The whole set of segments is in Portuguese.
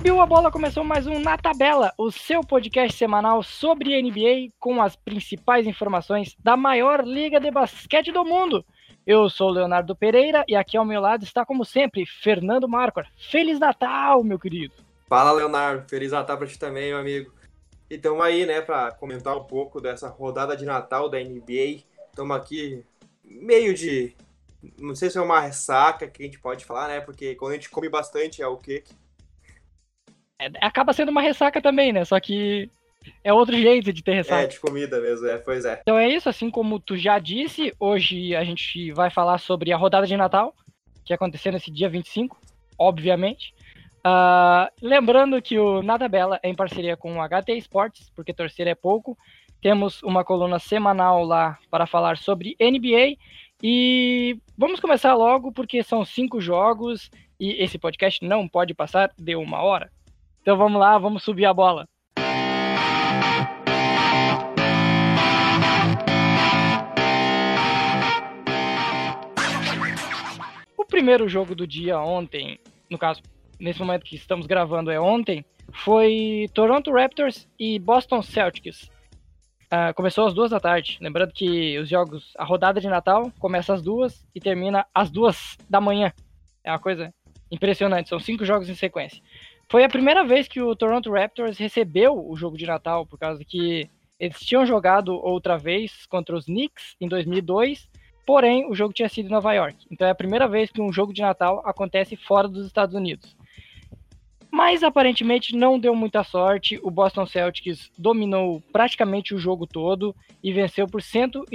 Subiu a bola, começou mais um Na Tabela, o seu podcast semanal sobre NBA com as principais informações da maior liga de basquete do mundo. Eu sou o Leonardo Pereira e aqui ao meu lado está, como sempre, Fernando Marcor. Feliz Natal, meu querido! Fala, Leonardo. Feliz Natal pra ti também, meu amigo. E estamos aí, né, para comentar um pouco dessa rodada de Natal da NBA. Estamos aqui meio de... Não sei se é uma ressaca que a gente pode falar, né? Porque quando a gente come bastante é o quê? Acaba sendo uma ressaca também, né? Só que é outro jeito de ter ressaca. É, de comida mesmo, pois é. Então é isso, assim como tu já disse, hoje a gente vai falar sobre a rodada de Natal, que aconteceu nesse dia 25, obviamente. Lembrando que o Nada Bela é em parceria com o HT Esportes, porque torcer é pouco. Temos uma coluna semanal lá para falar sobre NBA. E vamos começar logo, porque são 5 jogos e esse podcast não pode passar de 1 hora. Então vamos lá, vamos subir a bola. O primeiro jogo do dia ontem, no caso, nesse momento que estamos gravando é ontem, foi Toronto Raptors e Boston Celtics. Começou às 2 da tarde. Lembrando que os jogos, a rodada de Natal começa às 2 e termina às 2 da manhã. É uma coisa impressionante, são 5 jogos em sequência. Foi a primeira vez que o Toronto Raptors recebeu o jogo de Natal, por causa que eles tinham jogado outra vez contra os Knicks em 2002, porém o jogo tinha sido em Nova York. Então é a primeira vez que um jogo de Natal acontece fora dos Estados Unidos. Mas aparentemente não deu muita sorte, o Boston Celtics dominou praticamente o jogo todo e venceu por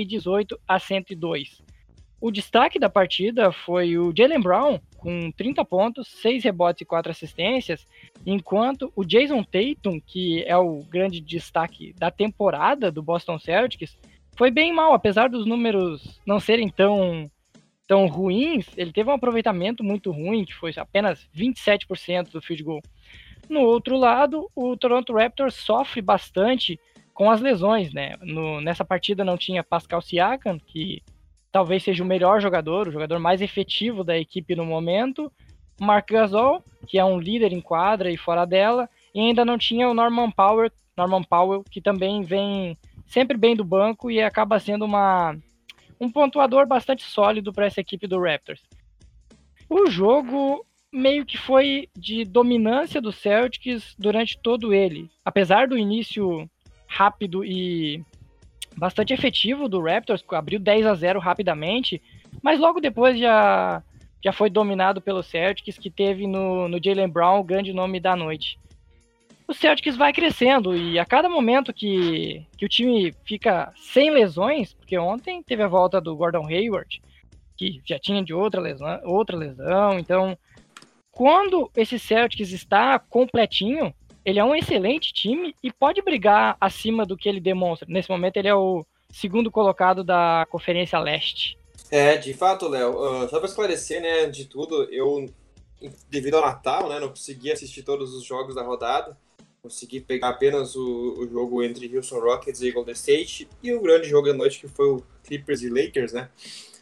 118-102. O destaque da partida foi o Jaylen Brown, com 30 pontos, 6 rebotes e 4 assistências, enquanto o Jason Tatum, que é o grande destaque da temporada do Boston Celtics, foi bem mal, apesar dos números não serem tão ruins, ele teve um aproveitamento muito ruim, que foi apenas 27% do field goal. No outro lado, o Toronto Raptors sofre bastante com as lesões, né? Nessa partida não tinha Pascal Siakam, que talvez seja o melhor jogador, o jogador mais efetivo da equipe no momento, Marc Gasol, que é um líder em quadra e fora dela, e ainda não tinha o Norman Powell, que também vem sempre bem do banco e acaba sendo um pontuador bastante sólido para essa equipe do Raptors. O jogo meio que foi de dominância do Celtics durante todo ele. Apesar do início rápido e bastante efetivo do Raptors, abriu 10-0 rapidamente, mas logo depois já foi dominado pelo Celtics, que teve no Jaylen Brown o grande nome da noite. O Celtics vai crescendo e a cada momento que o time fica sem lesões, porque ontem teve a volta do Gordon Hayward, que já tinha de outra lesão, então quando esse Celtics está completinho, ele é um excelente time e pode brigar acima do que ele demonstra. Nesse momento ele é o segundo colocado da Conferência Leste. De fato, Léo, só para esclarecer, né, de tudo, eu, devido ao Natal, né, não consegui assistir todos os jogos da rodada. Consegui pegar apenas o jogo entre Houston Rockets e Golden State e o grande jogo da noite que foi o Clippers e Lakers, né?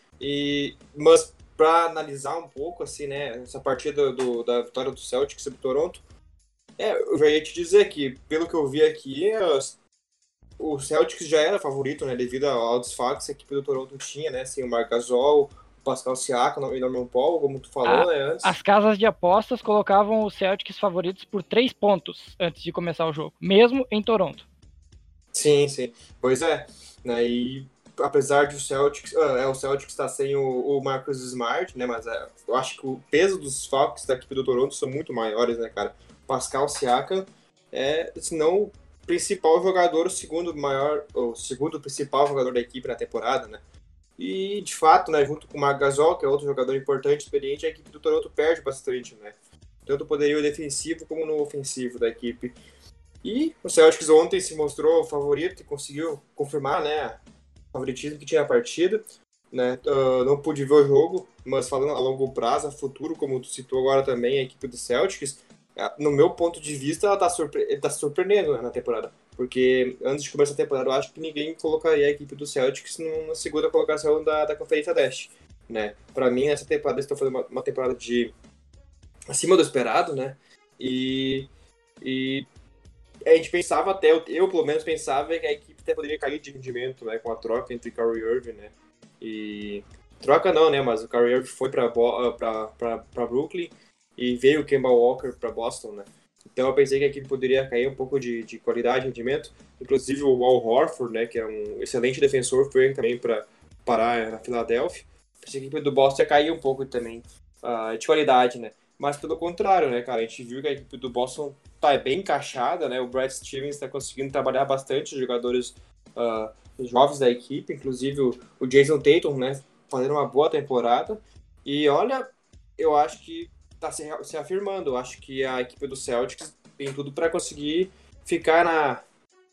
Mas para analisar um pouco, assim, né, essa partida da vitória do Celtics sobre Toronto, eu já ia te dizer que, pelo que eu vi aqui, o Celtics já era favorito, né, devido ao desfalque que a equipe do Toronto tinha, né, assim, o Marc Gasol, o Pascal Siakam e Norman Powell, como tu falou, né, antes. As casas de apostas colocavam os Celtics favoritos por 3 pontos antes de começar o jogo, mesmo em Toronto. Sim, pois é, né, e apesar de o Celtics estar sem o Marcus Smart, né, mas eu acho que o peso dos Falcons da equipe do Toronto são muito maiores, né, cara. Pascal Siakam se não o principal jogador, o segundo principal jogador da equipe na temporada, né. E, de fato, né, junto com o Marc Gasol, que é outro jogador importante, experiente, a equipe do Toronto perde bastante, né. Tanto o poderio defensivo como no ofensivo da equipe. E o Celtics ontem se mostrou favorito e conseguiu confirmar, né, o favoritismo que tinha a partida, né. Não pude ver o jogo, mas falando a longo prazo, a futuro, como tu citou agora também, a equipe do Celtics, no meu ponto de vista, ela tá surpreendendo, né, na temporada. Porque antes de começar a temporada, eu acho que ninguém colocaria a equipe do Celtics na segunda colocação da Conferência Leste, né. Para mim, essa temporada eles estão fazendo uma temporada acima do esperado, né. E E a gente pensava até, eu pelo menos pensava que a equipe até poderia cair de rendimento, né, com a troca entre Kyrie Irving, né, e troca não, né, mas o Kyrie Irving foi para Brooklyn e veio o Kemba Walker para Boston, né. Então eu pensei que a equipe poderia cair um pouco de qualidade de rendimento, inclusive o Al Horford, né, que é um excelente defensor, foi também para parar na Filadélfia. Pensei que a equipe do Boston ia cair um pouco também de qualidade, né. Mas pelo contrário, né, cara, a gente viu que a equipe do Boston tá bem encaixada, né? O Brad Stevens está conseguindo trabalhar bastante os jogadores jovens da equipe, inclusive o Jason Tatum, né? Fazendo uma boa temporada. E olha, eu acho que está se afirmando. Eu acho que a equipe do Celtics tem tudo para conseguir ficar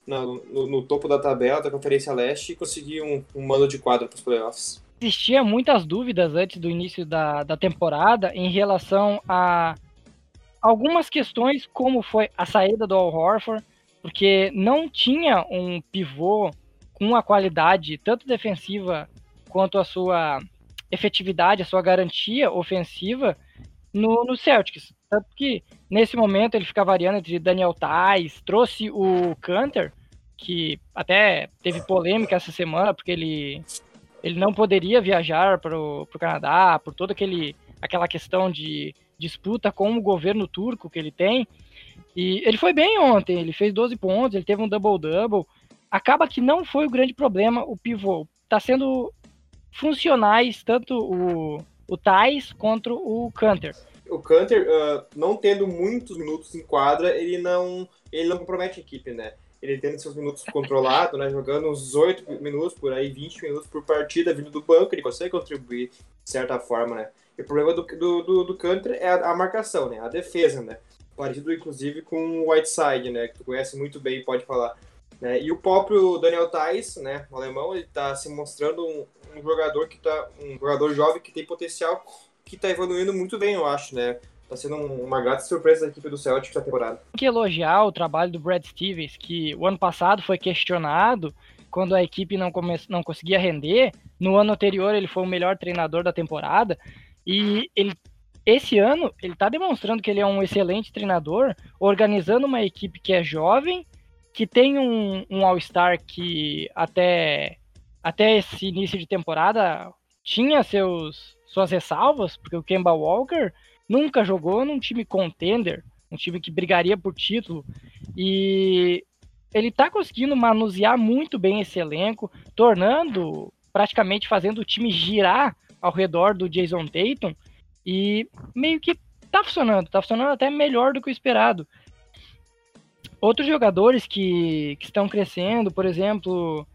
no topo da tabela da Conferência Leste e conseguir um mando de quadra para os playoffs. Existia muitas dúvidas antes do início da temporada em relação a algumas questões, como foi a saída do Al Horford, porque não tinha um pivô com a qualidade tanto defensiva quanto a sua efetividade, a sua garantia ofensiva no Celtics. Tanto que, nesse momento, ele fica variando entre Daniel Theis, trouxe o Kanter, que até teve polêmica essa semana, porque ele não poderia viajar para o Canadá, por toda aquela questão de disputa com o governo turco que ele tem. E ele foi bem ontem, ele fez 12 pontos, ele teve um double-double. Acaba que não foi o grande problema o pivô. Está sendo funcionais tanto o Theis quanto o Kanter. O Kanter, não tendo muitos minutos em quadra, ele não compromete a equipe, né? Ele tendo seus minutos controlados, né? Jogando uns 8 minutos por aí, 20 minutos por partida, vindo do banco, ele consegue contribuir de certa forma, né? E o problema do Kanter é a marcação, né? A defesa, né? Parecido, inclusive, com o Whiteside, né? Que tu conhece muito bem e pode falar. Né? E o próprio Daniel Theis, né? O alemão, ele tá se mostrando um jogador jovem que tem potencial, que tá evoluindo muito bem, eu acho, né? Tá sendo uma grata surpresa da equipe do Celtics essa temporada. Tem que elogiar o trabalho do Brad Stevens, que o ano passado foi questionado quando a equipe não conseguia render. No ano anterior ele foi o melhor treinador da temporada. E esse ano ele está demonstrando que ele é um excelente treinador, organizando uma equipe que é jovem, que tem um All-Star que até esse início de temporada tinha suas ressalvas, porque o Kemba Walker nunca jogou num time contender, um time que brigaria por título, e ele tá conseguindo manusear muito bem esse elenco, fazendo o time girar ao redor do Jason Tatum, e meio que tá funcionando até melhor do que o esperado. Outros jogadores que estão crescendo, por exemplo,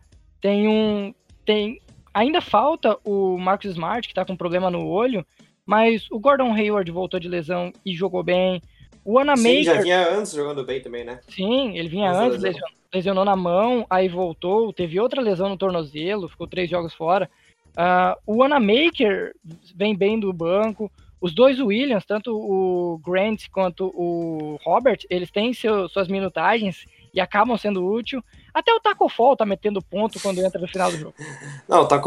ainda falta o Marcus Smart, que tá com problema no olho, mas o Gordon Hayward voltou de lesão e jogou bem. O Wanamaker... Sim, já vinha antes jogando bem também, né? Sim, ele vinha antes, lesionou na mão, aí voltou, teve outra lesão no tornozelo, ficou 3 jogos fora. O Wanamaker vem bem do banco. Os dois Williams, tanto o Grant quanto o Robert, eles têm suas minutagens e acabam sendo úteis. Até o Taco Fall tá metendo ponto quando entra no final do jogo. Não, o Taco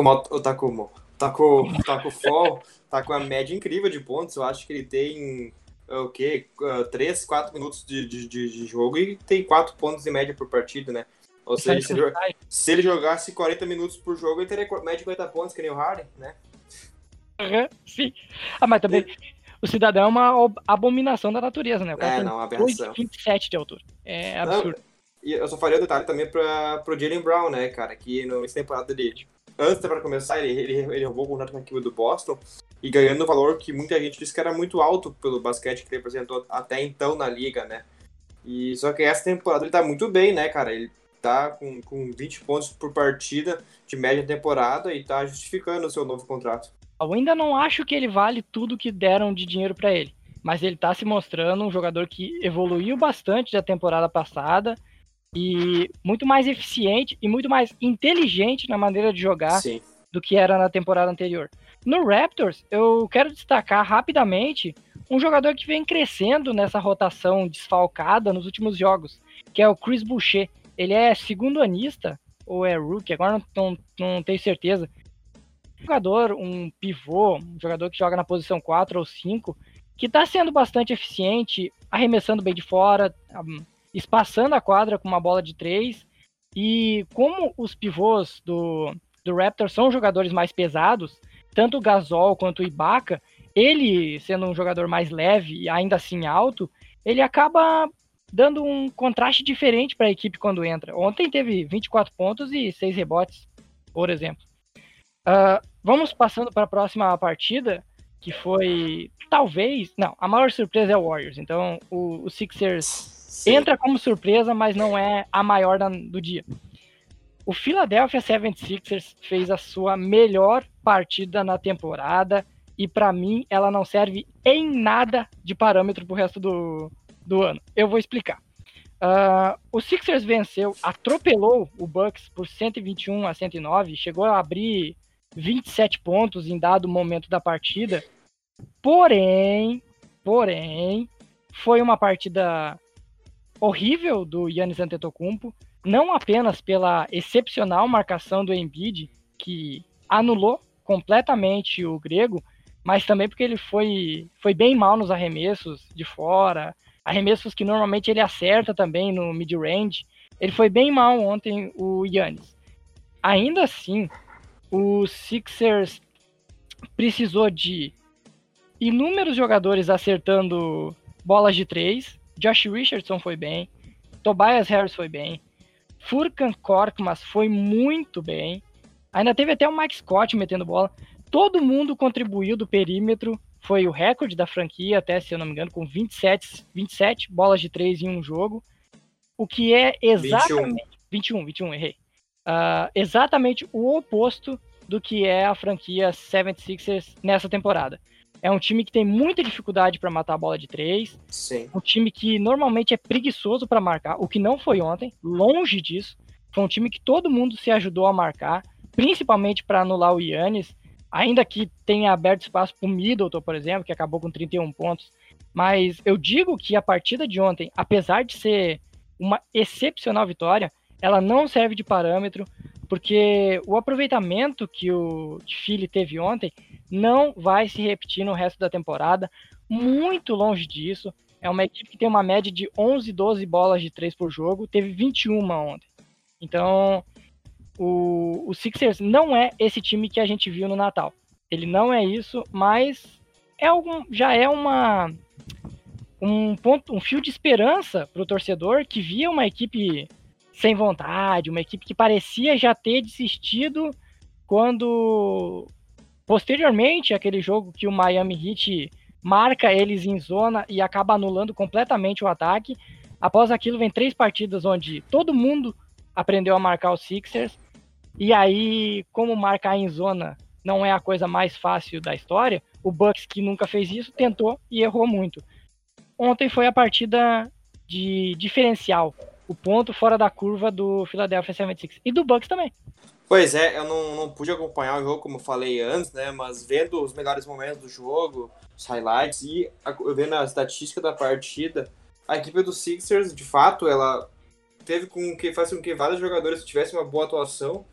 Fall tá com a média incrível de pontos. Eu acho que ele tem 3, 4 minutos de jogo e tem 4 pontos em média por partida, né? Ou seja, se ele jogasse 40 minutos por jogo, ele teria média de 40 pontos, que nem o Harden, né? Sim. Mas também o cidadão é uma abominação da natureza, né? O cara tem uma aberração. 2,27 de altura. É absurdo. E eu só faria o detalhe também pro Jaylen Brown, né, cara? Que nessa temporada dele, antes da temporada começar, ele roubou o contrato com a equipe do Boston e ganhando um valor que muita gente disse que era muito alto pelo basquete que ele apresentou até então na liga, né? E só que essa temporada ele tá muito bem, né, cara? Ele tá com 20 pontos por partida de média temporada e tá justificando o seu novo contrato. Eu ainda não acho que ele vale tudo que deram de dinheiro para ele, mas ele tá se mostrando um jogador que evoluiu bastante da temporada passada e muito mais eficiente e muito mais inteligente na maneira de jogar Sim. do que era na temporada anterior. No Raptors, eu quero destacar rapidamente um jogador que vem crescendo nessa rotação desfalcada nos últimos jogos, que é o Chris Boucher. Ele é segundo anista, ou é rookie, agora não tenho certeza. Um jogador, um pivô, um jogador que joga na posição 4 ou 5, que está sendo bastante eficiente, arremessando bem de fora, espaçando a quadra com uma bola de 3. E como os pivôs do Raptors são jogadores mais pesados, tanto o Gasol quanto o Ibaka, ele sendo um jogador mais leve e ainda assim alto, ele acaba dando um contraste diferente para a equipe quando entra. Ontem teve 24 pontos e 6 rebotes, por exemplo. Vamos passando para a próxima partida, que foi talvez... Não, a maior surpresa é o Warriors. Então o Sixers Sim. entra como surpresa, mas não é a maior do dia. O Philadelphia 76ers fez a sua melhor partida na temporada e para mim ela não serve em nada de parâmetro pro resto do ano. Eu vou explicar. O Sixers venceu, atropelou o Bucks por 121-109, chegou a abrir 27 pontos em dado momento da partida. Porém, foi uma partida horrível do Giannis Antetokounmpo, não apenas pela excepcional marcação do Embiid, que anulou completamente o grego, mas também porque ele foi bem mal nos arremessos de fora, arremessos que normalmente ele acerta também no mid-range. Ele foi bem mal ontem, o Giannis. Ainda assim, o Sixers precisou de inúmeros jogadores acertando bolas de 3. Josh Richardson foi bem, Tobias Harris foi bem, Furkan Korkmaz foi muito bem, ainda teve até o Mike Scott metendo bola. Todo mundo contribuiu do perímetro, foi o recorde da franquia, até se eu não me engano, com 27 bolas de 3 em um jogo, o que é exatamente... 21, errei. Exatamente o oposto do que é a franquia 76ers nessa temporada. É um time que tem muita dificuldade para matar a bola de 3. Sim. Um time que normalmente é preguiçoso para marcar, o que não foi ontem, longe disso. Foi um time que todo mundo se ajudou a marcar, principalmente para anular o Giannis, ainda que tenha aberto espaço para o Middleton, por exemplo, que acabou com 31 pontos. Mas eu digo que a partida de ontem, apesar de ser uma excepcional vitória, ela não serve de parâmetro, porque o aproveitamento que o Philly teve ontem não vai se repetir no resto da temporada, muito longe disso. É uma equipe que tem uma média de 11, 12 bolas de 3 por jogo, teve 21 ontem. Então, o Sixers não é esse time que a gente viu no Natal. Ele não é isso, mas já é um fio de esperança para o torcedor que via uma equipe sem vontade, uma equipe que parecia já ter desistido quando, posteriormente, aquele jogo que o Miami Heat marca eles em zona e acaba anulando completamente o ataque. Após aquilo, vem 3 partidas onde todo mundo aprendeu a marcar os Sixers, e aí, como marcar em zona não é a coisa mais fácil da história, o Bucks, que nunca fez isso, tentou e errou muito. Ontem foi a partida de diferencial, o ponto fora da curva do Philadelphia 76ers e do Bucks também. Pois é, eu não pude acompanhar o jogo, como eu falei antes, né? Mas vendo os melhores momentos do jogo, os highlights e vendo a estatística da partida, a equipe do Sixers, de fato, ela faz com que vários jogadores tivessem uma boa atuação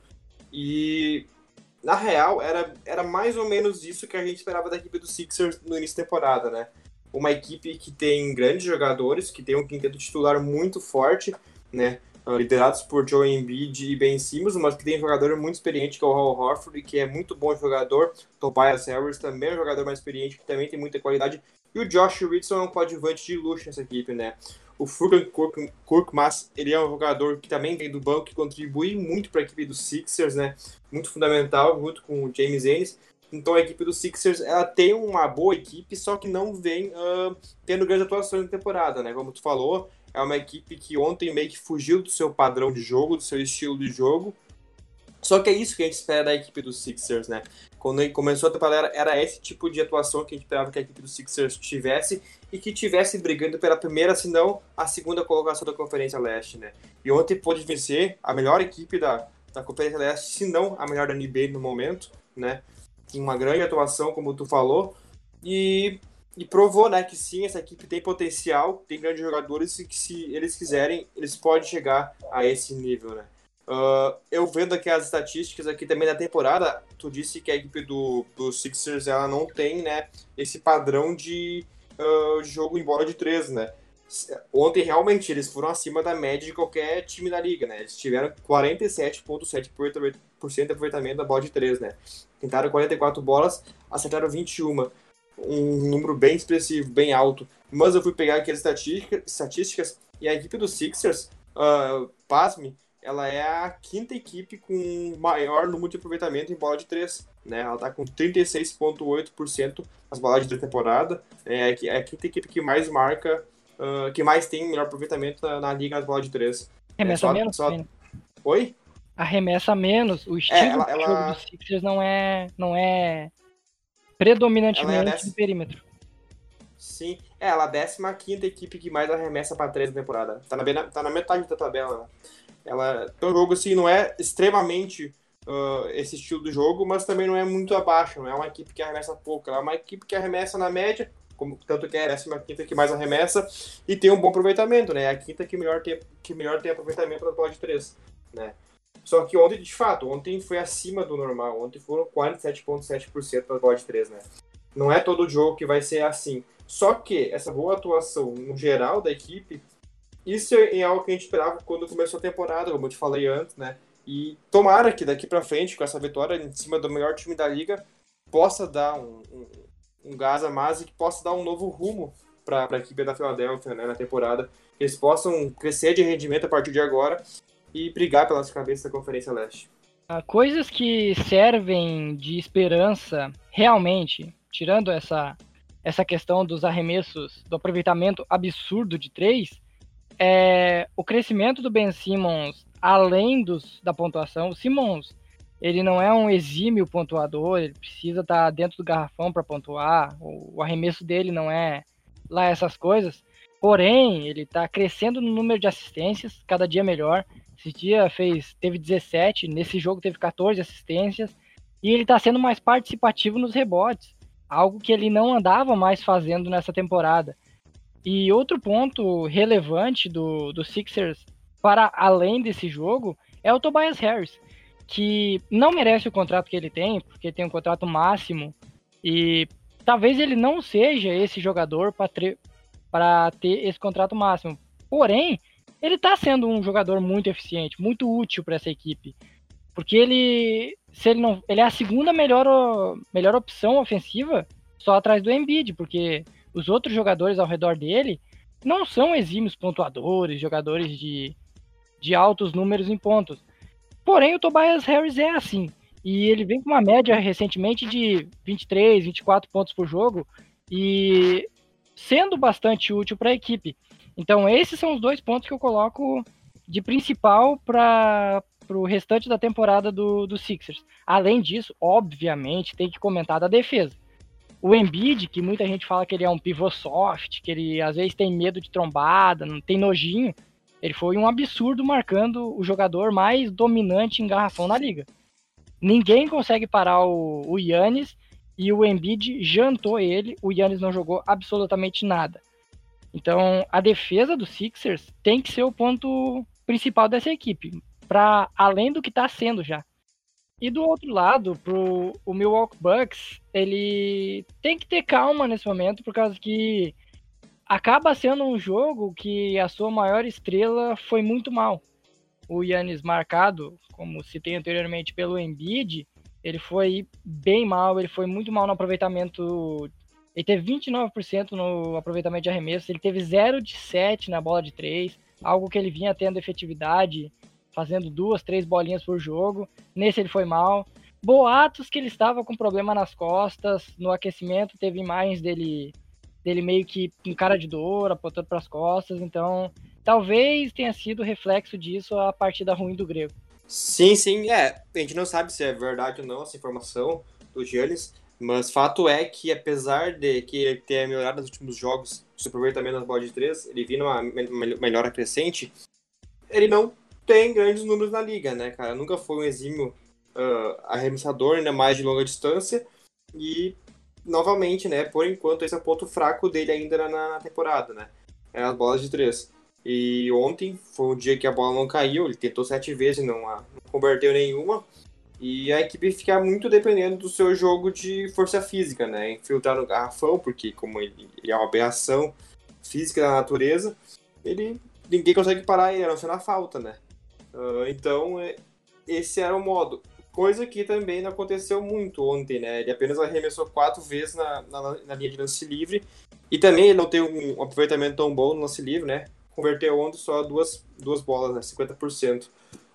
e, na real, era mais ou menos isso que a gente esperava da equipe do Sixers no início da temporada, né? Uma equipe que tem grandes jogadores, que tem um quinteto titular muito forte, né? Liderados por Joel Embiid e Ben Simmons, mas que tem um jogador muito experiente, que é o Al Horford, que é muito bom jogador. Tobias Harris também é um jogador mais experiente, que também tem muita qualidade. E o Josh Richardson é um coadjuvante de luxo nessa equipe, né? O Furkan Korkmaz, ele é um jogador que também vem do banco, que contribui muito para a equipe dos Sixers, né? Muito fundamental, junto com o James Ennis. Então a equipe do Sixers, ela tem uma boa equipe, só que não vem tendo grandes atuações na temporada, né? Como tu falou, é uma equipe que ontem meio que fugiu do seu padrão de jogo, do seu estilo de jogo. Só que é isso que a gente espera da equipe dos Sixers, né? Quando começou a temporada, era esse tipo de atuação que a gente esperava que a equipe dos Sixers tivesse e que tivesse brigando pela primeira, se não a segunda colocação da Conferência Leste, né? E ontem pôde vencer a melhor equipe da Conferência Leste, se não a melhor da NBA no momento, né? Uma grande atuação, como tu falou, e provou, né, que sim, essa equipe tem potencial, tem grandes jogadores e que, se eles quiserem, eles podem chegar a esse nível, né. Eu vendo aqui as estatísticas aqui também da temporada, tu disse que a equipe do Sixers, ela não tem, né, esse padrão de de jogo em bola de 3, né? Ontem, realmente, eles foram acima da média de qualquer time da liga, né? Eles tiveram 47,7% de aproveitamento da bola de 3, né? Tentaram 44 bolas, acertaram 21. Um número bem expressivo, bem alto. Mas eu fui pegar aqui as estatísticas e a equipe dos Sixers, pasme, ela é a quinta equipe com maior número de aproveitamento em bola de 3, né? Ela tá com 36,8% nas bolas de 3 temporada. É a quinta equipe que mais marca, que mais tem melhor aproveitamento na liga nas bolas de 3. Arremessa menos também, né? Oi? Arremessa menos. O estilo de jogo dos Sixers não é predominantemente no perímetro. Sim, ela é a 15ª equipe que mais arremessa para 3 na temporada. Tá na metade da tabela, né? Então o jogo assim, não é extremamente esse estilo do jogo, mas também não é muito abaixo. Não é uma equipe que arremessa pouco. Ela é uma equipe que arremessa na média, tanto que é a 15ª que mais arremessa, e tem um bom aproveitamento, né? É a quinta que melhor tem aproveitamento na bola de 3, né? Só que ontem foi acima do normal. Ontem foram 47,7% das bolas de 3, né? Não é todo jogo que vai ser assim. Só que essa boa atuação no geral da equipe, isso é algo que a gente esperava quando começou a temporada, como eu te falei antes, né? E tomara que daqui pra frente, com essa vitória em cima do melhor time da liga, possa dar um gás a mais e que possa dar um novo rumo para a equipe da Filadélfia, né, na temporada. Que eles possam crescer de rendimento a partir de agora e brigar pelas cabeças da Conferência Leste. Coisas que servem de esperança, realmente, tirando essa questão dos arremessos, do aproveitamento absurdo de 3, é o crescimento do Ben Simmons além da pontuação. O Simmons, ele não é um exímio pontuador, ele precisa estar dentro do garrafão para pontuar, o arremesso dele não é lá essas coisas, porém, ele está crescendo no número de assistências, cada dia melhor. Esse dia teve 17, nesse jogo teve 14 assistências, e ele está sendo mais participativo nos rebotes, algo que ele não andava mais fazendo nessa temporada. E outro ponto relevante do Sixers para além desse jogo é o Tobias Harris, que não merece o contrato que ele tem, porque tem um contrato máximo, e talvez ele não seja esse jogador para ter esse contrato máximo. Porém, ele está sendo um jogador muito eficiente, muito útil para essa equipe. Porque ele é a segunda melhor opção ofensiva, só atrás do Embiid, porque os outros jogadores ao redor dele não são exímios pontuadores, jogadores de altos números em pontos. Porém, o Tobias Harris é assim. E ele vem com uma média recentemente de 23, 24 pontos por jogo e sendo bastante útil para a equipe. Então, esses são os dois pontos que eu coloco de principal para o restante da temporada do Sixers. Além disso, obviamente, tem que comentar da defesa. O Embiid, que muita gente fala que ele é um pivô soft, que ele às vezes tem medo de trombada, não tem nojinho, ele foi um absurdo marcando o jogador mais dominante em garrafão na liga. Ninguém consegue parar o Giannis e o Embiid jantou ele, o Giannis não jogou absolutamente nada. Então, a defesa do Sixers tem que ser o ponto principal dessa equipe, para além do que está sendo já. E do outro lado, o Milwaukee Bucks, ele tem que ter calma nesse momento, por causa que acaba sendo um jogo que a sua maior estrela foi muito mal. O Giannis marcado, como citei anteriormente, pelo Embiid, ele foi bem mal, ele foi muito mal no aproveitamento. Ele teve 29% no aproveitamento de arremesso, ele teve 0 de 7 na bola de 3, algo que ele vinha tendo efetividade, fazendo 2, 3 bolinhas por jogo. Nesse ele foi mal. Boatos que ele estava com problema nas costas, no aquecimento teve imagens dele meio que com cara de dor, apontando para as costas, então talvez tenha sido reflexo disso a partida ruim do grego. Sim, a gente não sabe se é verdade ou não essa informação do Giannis, mas fato é que apesar de que ele ter melhorado nos últimos jogos, o seu aproveitamento nas bolas de 3, ele vindo uma melhora crescente, ele não tem grandes números na liga, né, cara? Nunca foi um exímio arremessador, ainda mais de longa distância, e novamente, né, por enquanto esse é o ponto fraco dele ainda na temporada, né? É as bolas de 3. E ontem foi um dia que a bola não caiu, ele tentou 7 vezes e não converteu nenhuma. E a equipe fica muito dependendo do seu jogo de força física, né? Infiltrar no garrafão, porque como ele é uma aberração física da natureza, ninguém consegue parar ele, a não ser na falta, né? Então, esse era o modo. Coisa que também não aconteceu muito ontem, né? Ele apenas arremessou 4 vezes na linha de lance livre. E também ele não tem um aproveitamento tão bom no lance livre, né? Converteu ontem só duas bolas, né? 50%.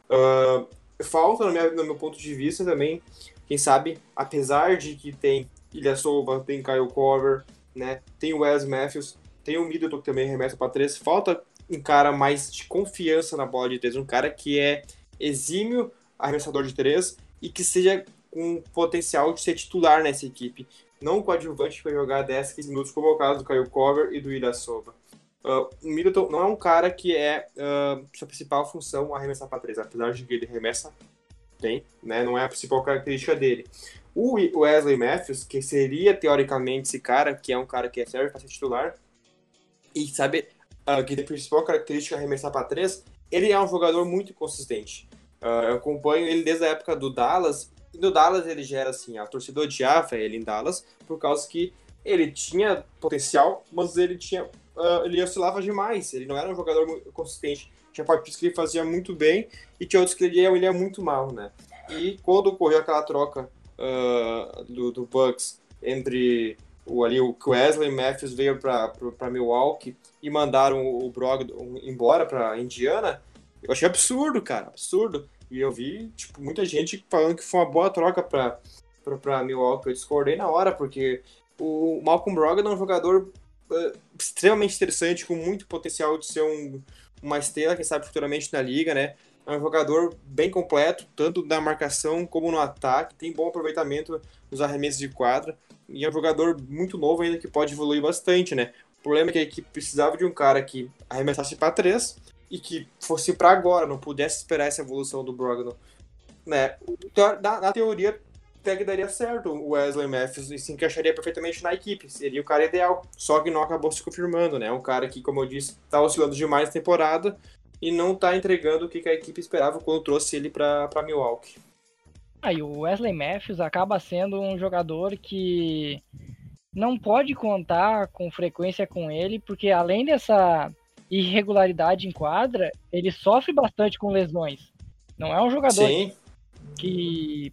Falta, no meu ponto de vista também, quem sabe, apesar de que tem Ilyasova, tem Kyle Korver, né? Tem o Wes Matthews, tem o Middleton que também arremessa para 3. Falta um cara mais de confiança na bola de 3, um cara que é exímio arremessador de 3 e que seja com potencial de ser titular nessa equipe. Não coadjuvante para jogar 10, 15 minutos, como é o caso do Kyle Korver e do Ilyasova. O Middleton não é um cara que sua principal função arremessar para 3, apesar de que ele arremessa bem, né? Não é a principal característica dele. O Wesley Matthews, que seria teoricamente esse cara, que é um cara que serve para ser titular, e sabe que a principal característica é arremessar para 3, ele é um jogador muito consistente. Eu acompanho ele desde a época do Dallas, e no Dallas ele já era assim, a torcida odiava ele em Dallas, por causa que ele tinha potencial, mas ele oscilava demais, ele não era um jogador muito consistente. Tinha partidas que ele fazia muito bem e tinha outros que ele ia muito mal, né? E quando ocorreu aquela troca do Bucks entre o Wesley Matthews veio para Milwaukee e mandaram o Brogdon embora para Indiana, eu achei absurdo, cara, absurdo. E eu vi muita gente falando que foi uma boa troca para Milwaukee. Eu discordei na hora, porque o Malcolm Brogdon é um jogador extremamente interessante, com muito potencial de ser uma estrela, quem sabe futuramente na liga, né? É um jogador bem completo, tanto na marcação como no ataque, tem bom aproveitamento nos arremessos de quadra, e é um jogador muito novo ainda que pode evoluir bastante, né? O problema é que a equipe precisava de um cara que arremessasse para 3 e que fosse para agora, não pudesse esperar essa evolução do Brogdon, né? Então, na teoria, até que daria certo o Wesley Matthews e se encaixaria perfeitamente na equipe, seria o cara ideal, só que não acabou se confirmando, né? Um cara que, como eu disse, tá oscilando demais na temporada e não tá entregando o que a equipe esperava quando trouxe ele para Milwaukee. E o Wesley Matthews acaba sendo um jogador que não pode contar com frequência com ele, porque além dessa irregularidade em quadra, ele sofre bastante com lesões. Não é um jogador que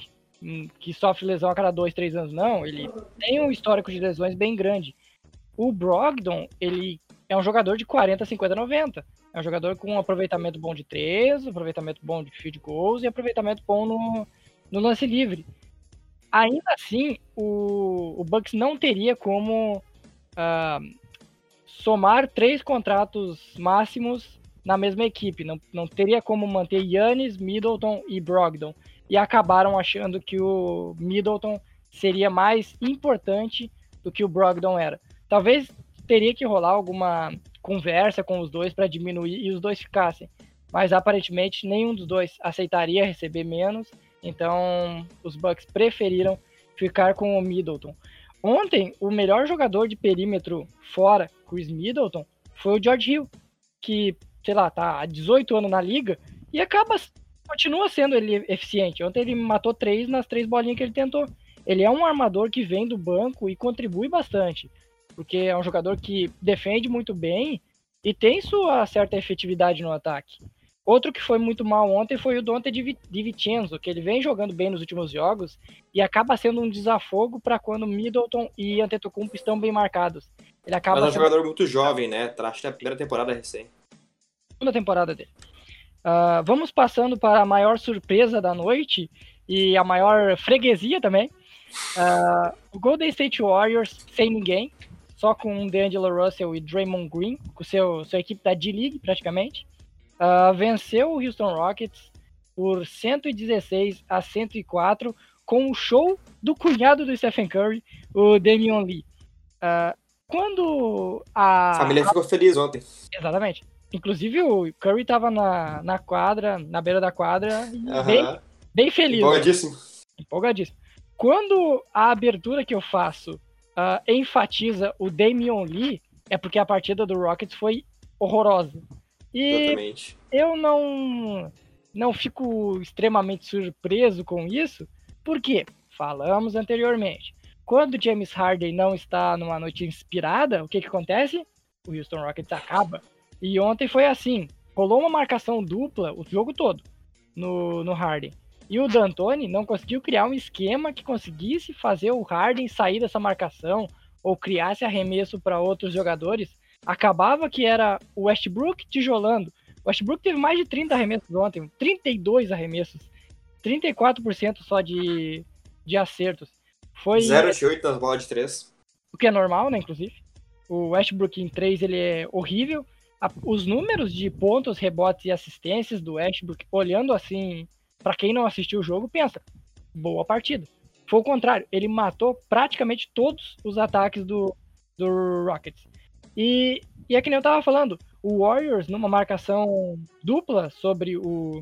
sofre lesão a cada 2, 3 anos, não. Ele tem um histórico de lesões bem grande. O Brogdon, ele é um jogador de 40, 50, 90. É um jogador com um aproveitamento bom de 3, aproveitamento bom de field goals e aproveitamento bom no lance livre. Ainda assim, o Bucks não teria como somar 3 contratos máximos na mesma equipe. Não teria como manter Giannis, Middleton e Brogdon. E acabaram achando que o Middleton seria mais importante do que o Brogdon era. Talvez teria que rolar alguma conversa com os dois para diminuir e os dois ficassem. Mas aparentemente nenhum dos dois aceitaria receber menos. Então os Bucks preferiram ficar com o Middleton. Ontem, o melhor jogador de perímetro fora Chris Middleton foi o George Hill, que, sei lá, tá há 18 anos na liga e continua sendo ele eficiente. Ontem ele matou 3 nas 3 bolinhas que ele tentou. Ele é um armador que vem do banco e contribui bastante, porque é um jogador que defende muito bem e tem sua certa efetividade no ataque. Outro que foi muito mal ontem foi o Donte DiVincenzo, que ele vem jogando bem nos últimos jogos e acaba sendo um desafogo para quando Middleton e Antetokounmpo estão bem marcados. Ele acaba Mas é um jogador muito jovem, né? Acho que é a primeira temporada recém. Segunda temporada dele. Vamos passando para a maior surpresa da noite e a maior freguesia também. O Golden State Warriors sem ninguém, só com D'Angelo Russell e Draymond Green, com sua equipe da D-League praticamente. Venceu o Houston Rockets por 116-104 com o show do cunhado do Stephen Curry, o Damian Lee. Quando a família ficou feliz ontem. Exatamente. Inclusive o Curry estava na quadra, na beira da quadra, bem feliz. Empolgadíssimo. Quando a abertura que eu faço enfatiza o Damian Lee, é porque a partida do Rockets foi horrorosa. E Exatamente. eu não não fico extremamente surpreso com isso, porque falamos anteriormente, quando o James Harden não está numa noite inspirada, o que acontece? O Houston Rockets acaba. E ontem foi assim, rolou uma marcação dupla o jogo todo no Harden. E o D'Antoni não conseguiu criar um esquema que conseguisse fazer o Harden sair dessa marcação ou criasse arremesso para outros jogadores. Acabava que era o Westbrook tijolando. O Westbrook teve mais de 30 arremessos ontem, 32 arremessos, 34% só de acertos. Foi 0 de 8 nas bolas de 3. o que é normal, né, inclusive. O Westbrook em 3 ele é horrível. Os números de pontos, rebotes e assistências do Westbrook, olhando assim, para quem não assistiu o jogo, pensa, boa partida. Foi o contrário, ele matou praticamente todos os ataques do Rockets. E é que nem eu tava falando, o Warriors, numa marcação dupla sobre o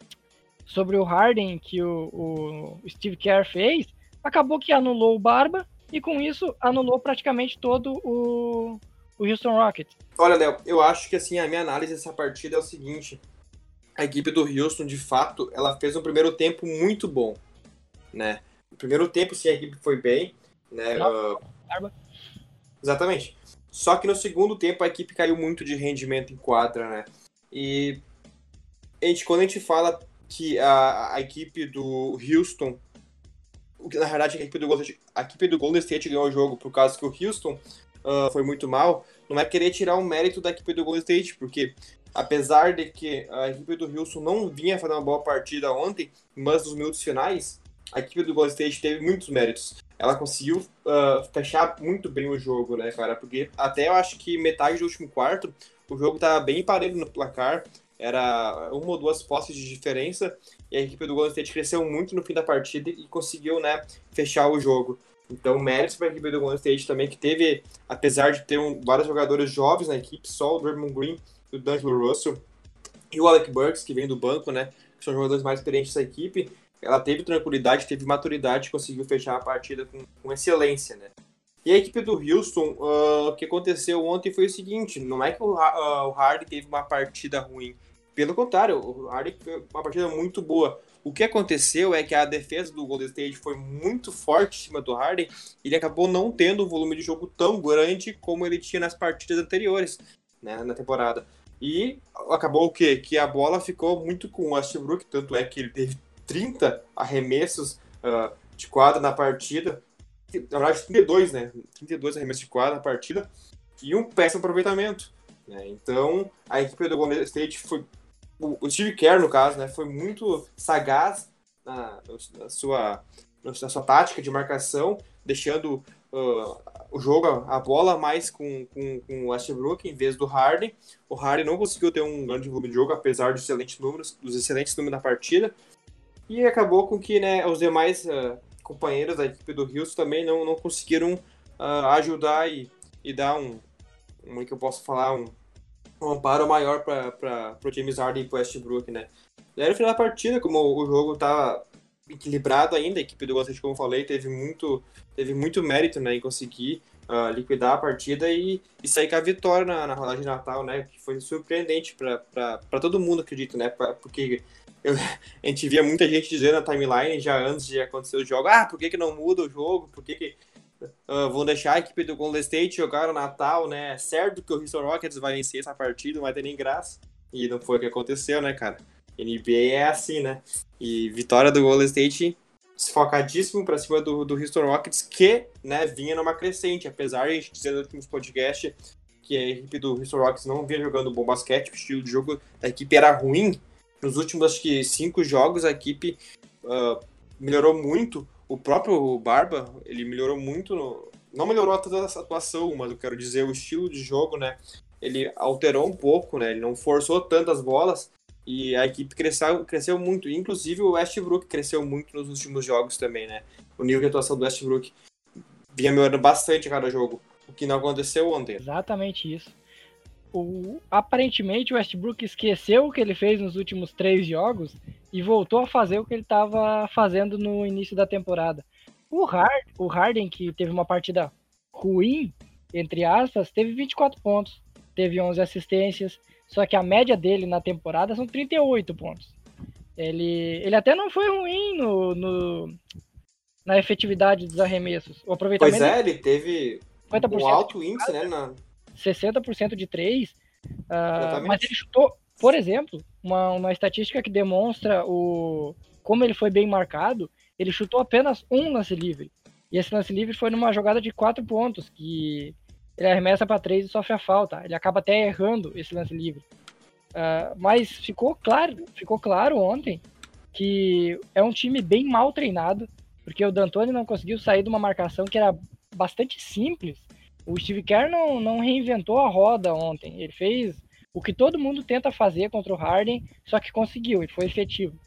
Harden que o Steve Kerr fez, acabou que anulou o Barba e com isso anulou praticamente todo o Houston Rockets. Olha, Léo, eu acho que assim, a minha análise dessa partida é o seguinte: a equipe do Houston, de fato, ela fez um primeiro tempo muito bom, né? No primeiro tempo, sim, a equipe foi bem, né? Exatamente. Só que no segundo tempo a equipe caiu muito de rendimento em quadra, né? E quando a gente fala que a equipe do Houston, na verdade a equipe do Golden State ganhou o jogo por causa que o Houston foi muito mal, não é querer tirar o mérito da equipe do Golden State, porque apesar de que a equipe do Houston não vinha fazendo uma boa partida ontem, mas nos minutos finais, a equipe do Golden State teve muitos méritos. Ela conseguiu fechar muito bem o jogo, né, cara? Porque até eu acho que metade do último quarto, o jogo tava bem parelho no placar, era uma ou duas posses de diferença, e a equipe do Golden State cresceu muito no fim da partida e conseguiu, né, fechar o jogo. Então, méritos para a equipe do Golden State também, que teve, apesar de ter vários jogadores jovens na equipe, só o Draymond Green, o D'Angelo Russell e o Alec Burks, que vem do banco, né, que são jogadores mais experientes da equipe, ela teve tranquilidade, teve maturidade e conseguiu fechar a partida com excelência, né. E a equipe do Houston, o que aconteceu ontem foi o seguinte: não é que o Harden teve uma partida ruim, pelo contrário, o Harden teve uma partida muito boa. O que aconteceu é que a defesa do Golden State foi muito forte em cima do Harden e ele acabou não tendo um volume de jogo tão grande como ele tinha nas partidas anteriores, né, na temporada. E acabou o quê? Que a bola ficou muito com o Westbrook, tanto é que ele teve 30 arremessos de quadra na partida, na verdade 32, né? 32 arremessos de quadra na partida e um péssimo aproveitamento, né? Então a equipe do Golden State foi, o Steve Kerr no caso, né, foi muito sagaz na sua tática de marcação, deixando o jogo, a bola mais com o Westbrook em vez do Harden. O Harden não conseguiu ter um grande volume de jogo, apesar dos excelentes números da partida, e acabou com que, né, os demais companheiros da equipe do Houston também não conseguiram ajudar e dar como é que eu posso falar, um amparo maior para o James Harden e para o Westbrook, né. E aí, no final da partida, como o jogo estava equilibrado ainda, a equipe do Golden State, como eu falei, teve muito mérito, né, em conseguir liquidar a partida e sair com a vitória na rodada de Natal, né, que foi surpreendente para todo mundo, acredito, né, porque a gente via muita gente dizendo na timeline já antes de acontecer o jogo, por que não muda o jogo, por que vão deixar a equipe do Golden State jogar no Natal, né, é certo que o Houston Rockets vai vencer essa partida, não vai ter nem graça, e não foi o que aconteceu, né, cara. NBA é assim, né, e vitória do Golden State focadíssimo para cima do Houston Rockets, que, né, vinha numa crescente, apesar de a gente dizer nos últimos podcasts que a equipe do Houston Rockets não vinha jogando bom basquete, o estilo de jogo da equipe era ruim. Nos últimos, acho que 5 jogos, a equipe melhorou muito. O próprio Barba, ele melhorou muito, não melhorou toda essa atuação, mas eu quero dizer, o estilo de jogo, né, ele alterou um pouco, né, ele não forçou tantas bolas, e a equipe cresceu muito. Inclusive o Westbrook cresceu muito nos últimos jogos também, né, o nível de atuação do Westbrook vinha melhorando bastante a cada jogo, o que não aconteceu ontem. Exatamente isso. Aparentemente o Westbrook esqueceu o que ele fez nos últimos 3 jogos e voltou a fazer o que ele estava fazendo no início da temporada. O Harden, que teve uma partida ruim, entre aspas, teve 24 pontos, teve 11 assistências, só que a média dele na temporada são 38 pontos. Ele até não foi ruim na efetividade dos arremessos. O aproveitamento Pois é, ele teve 50% um alto índice, né? 60% de 3, Exatamente. mas ele chutou, por exemplo, uma estatística que demonstra como ele foi bem marcado, ele chutou apenas um lance livre. E esse lance livre foi numa jogada de 4 pontos, que ele arremessa para 3 e sofre a falta. Ele acaba até errando esse lance livre. Mas ficou claro ontem que é um time bem mal treinado, porque o D'Antoni não conseguiu sair de uma marcação que era bastante simples. O Steve Kerr não reinventou a roda ontem. Ele fez o que todo mundo tenta fazer contra o Harden, só que conseguiu e foi efetivo.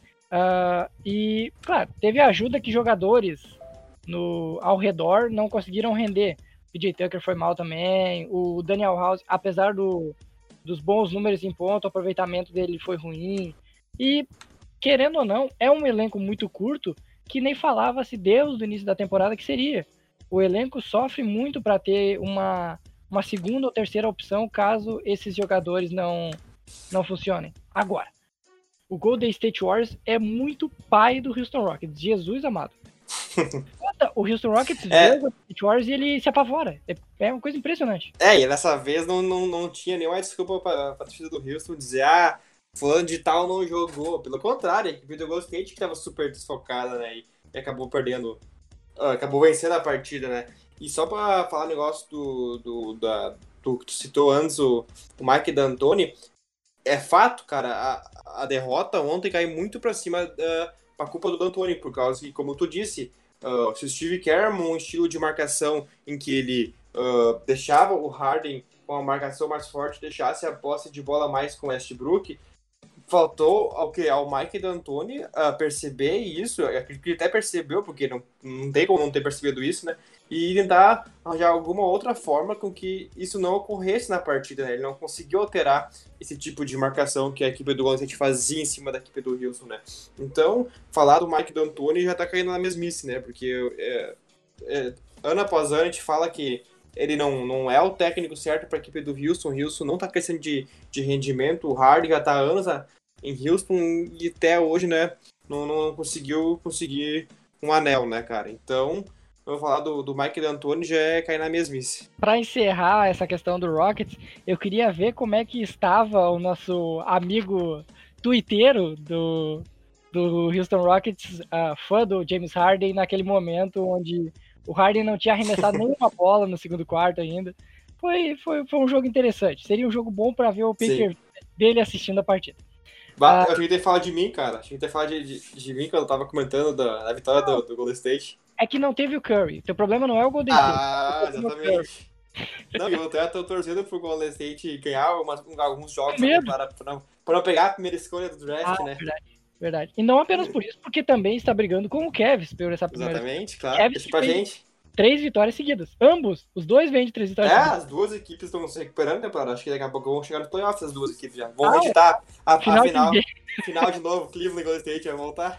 E, claro, teve ajuda que jogadores ao redor não conseguiram render. O PJ Tucker foi mal também. O Daniel House, apesar dos bons números em ponto, o aproveitamento dele foi ruim. E, querendo ou não, é um elenco muito curto que nem falava-se desde o início da temporada que seria. O elenco sofre muito para ter uma segunda ou terceira opção caso esses jogadores não funcionem. Agora, o Golden State Warriors é muito pai do Houston Rockets. Jesus amado. O Houston Rockets vê o Golden State Warriors e ele se apavora. É uma coisa impressionante. E dessa vez não tinha nenhuma desculpa pra torcida do Houston dizer, fulano de tal não jogou. Pelo contrário, a equipe do Golden State que tava super desfocada, né? E acabou perdendo. Acabou vencendo a partida, né? E só pra falar um negócio do que tu citou antes, o Mike D'Antoni, é fato, cara, a derrota ontem caiu muito pra cima pra culpa do D'Antoni, por causa que, como tu disse, se o Steve Kerr, um estilo de marcação em que ele deixava o Harden com a marcação mais forte, deixasse a posse de bola mais com o Westbrook, faltou ao Mike D'Antoni perceber isso, eu acredito que ele até percebeu, porque não tem como não ter percebido isso, né? E tentar arranjar alguma outra forma com que isso não ocorresse na partida, né? Ele não conseguiu alterar esse tipo de marcação que a equipe do Golden State fazia em cima da equipe do Houston, né? Então, falar do Mike D'Antoni já tá caindo na mesmice, né? Porque ano após ano a gente fala que ele não é o técnico certo para a equipe do Houston. O Houston não tá crescendo de rendimento. O Harden já tá há anos em Houston e até hoje, né, não conseguiu conseguir um anel, né, cara? Então, vamos falar do Mike D'Antoni, já é cair na mesmice. Para encerrar essa questão do Rockets, eu queria ver como é que estava o nosso amigo twitteiro do Houston Rockets, fã do James Harden, naquele momento onde o Harden não tinha arremessado nenhuma bola no segundo quarto ainda. Foi um jogo interessante. Seria um jogo bom para ver o pay dele assistindo a partida. Eu achei que ia falar de mim, cara. Achei que ia falar de mim quando eu tava comentando da vitória do Golden State. É que não teve o Curry. Teu problema não é o Golden State. Exatamente. Não, eu até tô torcendo pro Golden State ganhar alguns jogos pra não pegar a primeira escolha do draft, né? Verdade. E não apenas por isso, porque também está brigando com o Cavs por essa primeira. Exatamente, claro. Deixa pra gente. 3 vitórias seguidas. Ambos, os dois vêm de 3 vitórias seguidas. As duas equipes estão se recuperando, né, cara? Acho que daqui a pouco vão chegar nos playoffs as duas equipes já. Vão editar a final de novo. Cleveland e Golden State vai voltar.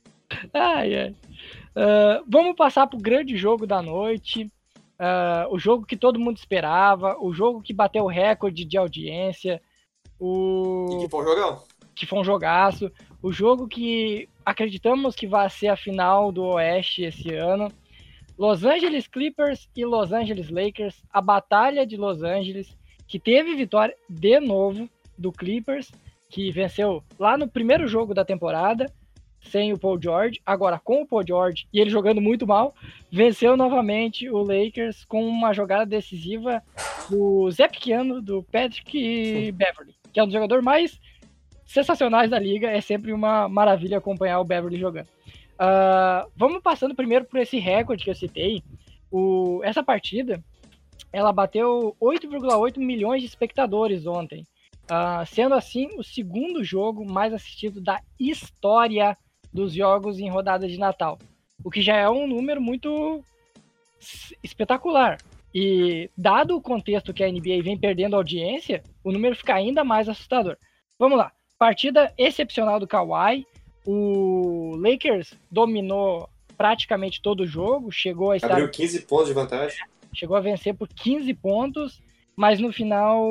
Vamos passar pro grande jogo da noite. O jogo que todo mundo esperava. O jogo que bateu o recorde de audiência. E que foi um jogão. Que foi um jogaço. O jogo que acreditamos que vai ser a final do Oeste esse ano. Los Angeles Clippers e Los Angeles Lakers. A batalha de Los Angeles, que teve vitória de novo do Clippers, que venceu lá no primeiro jogo da temporada, sem o Paul George. Agora com o Paul George e ele jogando muito mal, venceu novamente o Lakers com uma jogada decisiva do Zé Pequeno, do Patrick Beverley, que é um dos jogadores mais sensacionais da liga. É sempre uma maravilha acompanhar o Beverley jogando. Vamos passando primeiro por esse recorde que eu citei. Essa partida, ela bateu 8,8 milhões de espectadores ontem, sendo assim o segundo jogo mais assistido da história dos jogos em rodada de Natal, o que já é um número muito espetacular. E dado o contexto que a NBA vem perdendo audiência, o número fica ainda mais assustador. Vamos lá, partida excepcional do Kawhi. O Lakers dominou praticamente todo o jogo, chegou a estar... Abriu 15 pontos de vantagem. Chegou a vencer por 15 pontos mas no final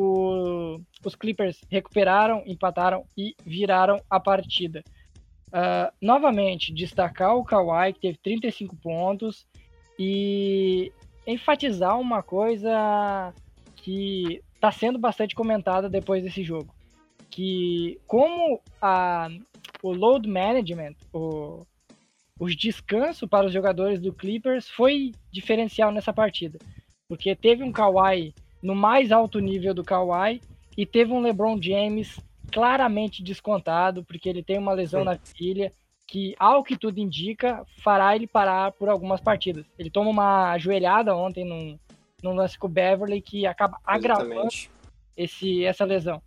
os Clippers recuperaram, empataram e viraram a partida. Novamente, destacar o Kawhi, que teve 35 pontos, e enfatizar uma coisa que está sendo bastante comentada depois desse jogo, que como o load management, os descansos para os jogadores do Clippers foi diferencial nessa partida, porque teve um Kawhi no mais alto nível do Kawhi e teve um LeBron James claramente descontado, porque ele tem uma lesão na virilha que, ao que tudo indica, fará ele parar por algumas partidas. Ele toma uma ajoelhada ontem num lance com o Beverly que acaba agravando essa lesão.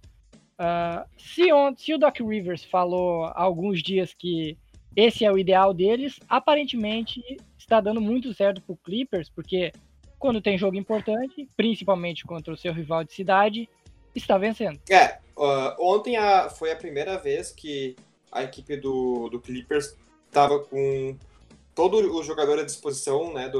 Se o Doc Rivers falou há alguns dias que esse é o ideal deles, aparentemente está dando muito certo pro Clippers, porque quando tem jogo importante, principalmente contra o seu rival de cidade, está vencendo. Ontem foi a primeira vez que a equipe do Clippers estava com todos os jogadores à disposição, né,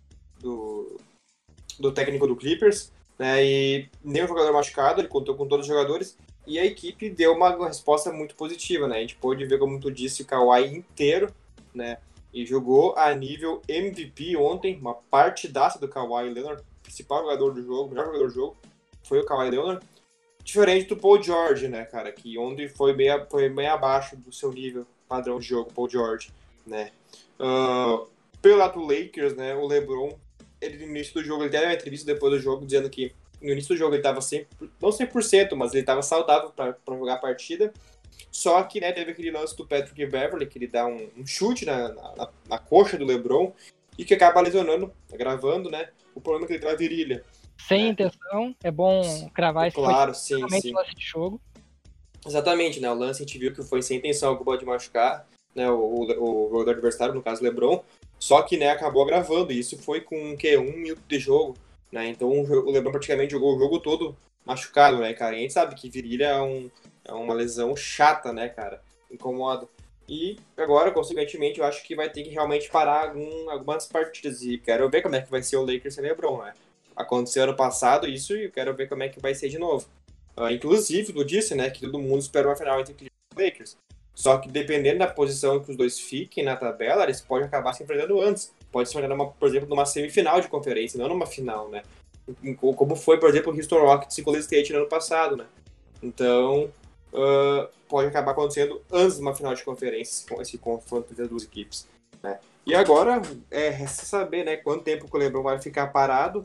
do técnico do Clippers, né, e nenhum jogador machucado, ele contou com todos os jogadores, e a equipe deu uma resposta muito positiva, né? A gente pôde ver, como tu disse, o Kawhi inteiro, né? E jogou a nível MVP ontem, uma partidaça do Kawhi Leonard, principal jogador do jogo, melhor jogador do jogo, foi o Kawhi Leonard. Diferente do Paul George, né, cara? Que ontem foi bem abaixo do seu nível padrão de jogo, Paul George, né? Pelo lado do Lakers, né? O LeBron, ele no início do jogo, ele deu uma entrevista depois do jogo dizendo que no início do jogo ele estava não 100%, mas ele estava saudável para jogar a partida. Só que, né, teve aquele lance do Patrick Beverly, que ele dá um chute na coxa do LeBron e que acaba lesionando, agravando, né, o problema que ele tem na virilha. Sem intenção, é bom cravar isso. Claro, sim. Lance de jogo. Exatamente, né, o lance a gente viu que foi sem intenção, que pode machucar, né, o jogador adversário, no caso o LeBron, só que, né, acabou agravando, e isso foi com, um minuto de jogo. Né? Então o LeBron praticamente jogou o jogo todo machucado, né, cara? E a gente sabe que virilha é uma lesão chata, né, cara? Incomoda. E agora, consequentemente, eu acho que vai ter que realmente parar algumas partidas. E quero ver como é que vai ser o Lakers sem LeBron, né? Aconteceu ano passado isso e eu quero ver como é que vai ser de novo. Inclusive, tu disse, né, que todo mundo espera uma final entre Clippers e Lakers. Só que dependendo da posição que os dois fiquem na tabela, eles podem acabar se enfrentando antes. Pode se enfrentar, por exemplo, numa semifinal de conferência, não numa final, né? Como foi, por exemplo, o Houston Rockets e Golden State no ano passado, né? Então, pode acabar acontecendo antes de uma final de conferência, esse confronto entre as duas equipes, né? E agora, resta saber, né, quanto tempo que o LeBron vai ficar parado.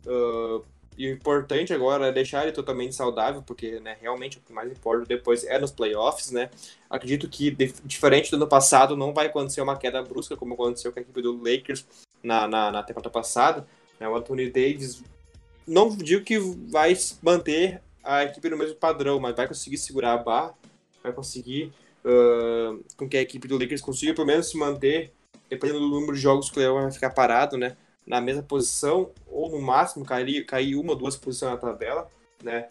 E o importante agora é deixar ele totalmente saudável, porque, né, realmente o que mais importa depois é nos playoffs, né? Acredito que, diferente do ano passado, não vai acontecer uma queda brusca, como aconteceu com a equipe do Lakers na temporada passada. Né? O Anthony Davis, não digo que vai manter a equipe no mesmo padrão, mas vai conseguir segurar a barra, vai conseguir com que a equipe do Lakers consiga pelo menos se manter, dependendo do número de jogos que o LeBron vai ficar parado, né? Na mesma posição, ou no máximo cair uma ou duas posições na tabela, né?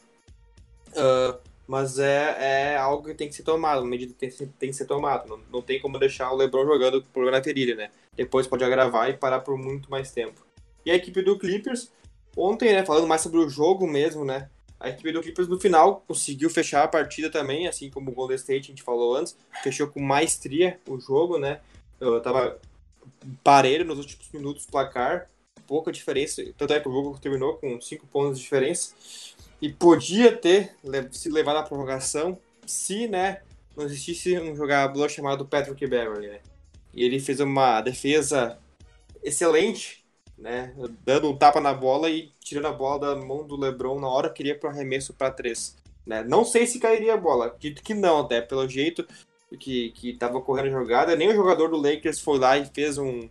Mas é algo que tem que ser tomado, uma medida que tem que ser tomado. Não tem como deixar o LeBron jogando com problema na virilha, né? Depois pode agravar e parar por muito mais tempo. E a equipe do Clippers, ontem, né, falando mais sobre o jogo mesmo, né? A equipe do Clippers, no final, conseguiu fechar a partida também, assim como o Golden State, a gente falou antes. Fechou com maestria o jogo, né? Tava parelho nos últimos minutos do placar, pouca diferença, tanto é que o jogo terminou com 5 pontos de diferença, e podia ter se levado à prorrogação se, né, não existisse um jogador chamado Patrick Beverly, né? E ele fez uma defesa excelente, né, dando um tapa na bola e tirando a bola da mão do LeBron na hora que iria para o arremesso para 3. Né? Não sei se cairia a bola, acredito que não, até pelo jeito que tava correndo a jogada. Nem o jogador do Lakers foi lá e fez um...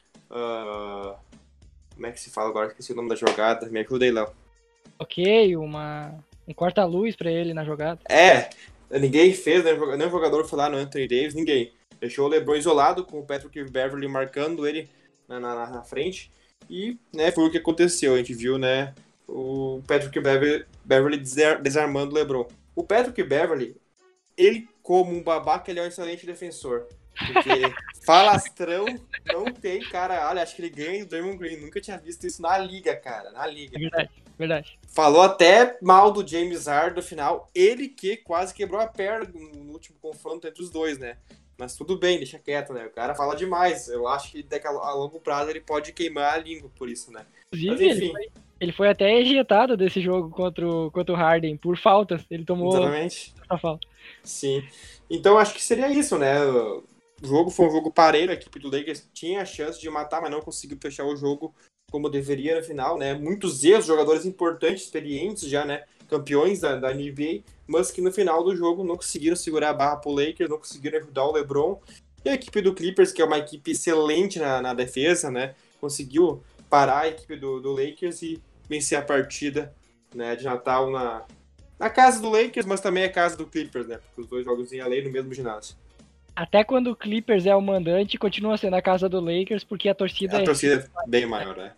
como é que se fala agora? Esqueci o nome da jogada. Me ajuda aí, Léo. Ok, um corta-luz pra ele na jogada. Ninguém fez, né? Nem o jogador foi lá no Anthony Davis, ninguém. Deixou o LeBron isolado, com o Patrick Beverly marcando ele na frente. E, né, foi o que aconteceu. A gente viu, né, o Patrick Beverly desarmando o LeBron. O Patrick Beverly, ele, como um babaca, ele é um excelente defensor. Porque falastrão não tem, cara. Olha, acho que ele ganha o Draymond Green. Nunca tinha visto isso na liga, cara. Na liga. É verdade. Verdade. Falou até mal do James Harden no final, ele que quase quebrou a perna no último confronto entre os dois, né? Mas tudo bem, deixa quieto, né? O cara fala demais. Eu acho que daqui a longo prazo ele pode queimar a língua por isso, né? Mas Inclusive, enfim. ele foi até ejetado desse jogo contra o Harden por faltas. Ele tomou Exatamente. essa falta. Sim. Então acho que seria isso, né? O jogo foi um jogo parelho, a equipe do Lakers tinha a chance de matar, mas não conseguiu fechar o jogo como deveria no final, né? Muitos erros, jogadores importantes, experientes já, né? Campeões da NBA, mas que no final do jogo não conseguiram segurar a barra pro Lakers, não conseguiram ajudar o LeBron. E a equipe do Clippers, que é uma equipe excelente na defesa, né? Conseguiu parar a equipe do Lakers e vencer a partida, né, de Natal na casa do Lakers, mas também é casa do Clippers, né? Porque os dois jogos em LA no mesmo ginásio. Até quando o Clippers é o mandante, continua sendo a casa do Lakers, porque a torcida A torcida é bem maior, né?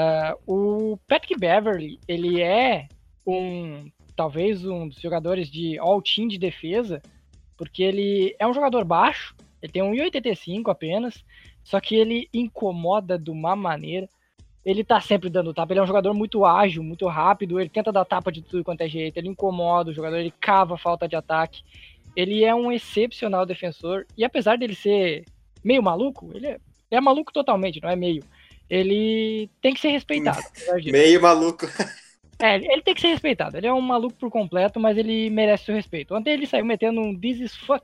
O Patrick Beverley, ele é talvez um dos jogadores de all-team de defesa, porque ele é um jogador baixo, ele tem 1,85 apenas, só que ele incomoda de uma maneira. Ele tá sempre dando tapa, ele é um jogador muito ágil, muito rápido, ele tenta dar tapa de tudo quanto é jeito, ele incomoda o jogador, ele cava a falta de ataque. Ele é um excepcional defensor, e apesar dele ser meio maluco, ele é maluco totalmente, não é meio. Ele tem que ser respeitado. Meio maluco. Ele tem que ser respeitado. Ele é um maluco por completo, mas ele merece seu respeito. Ontem ele saiu metendo um This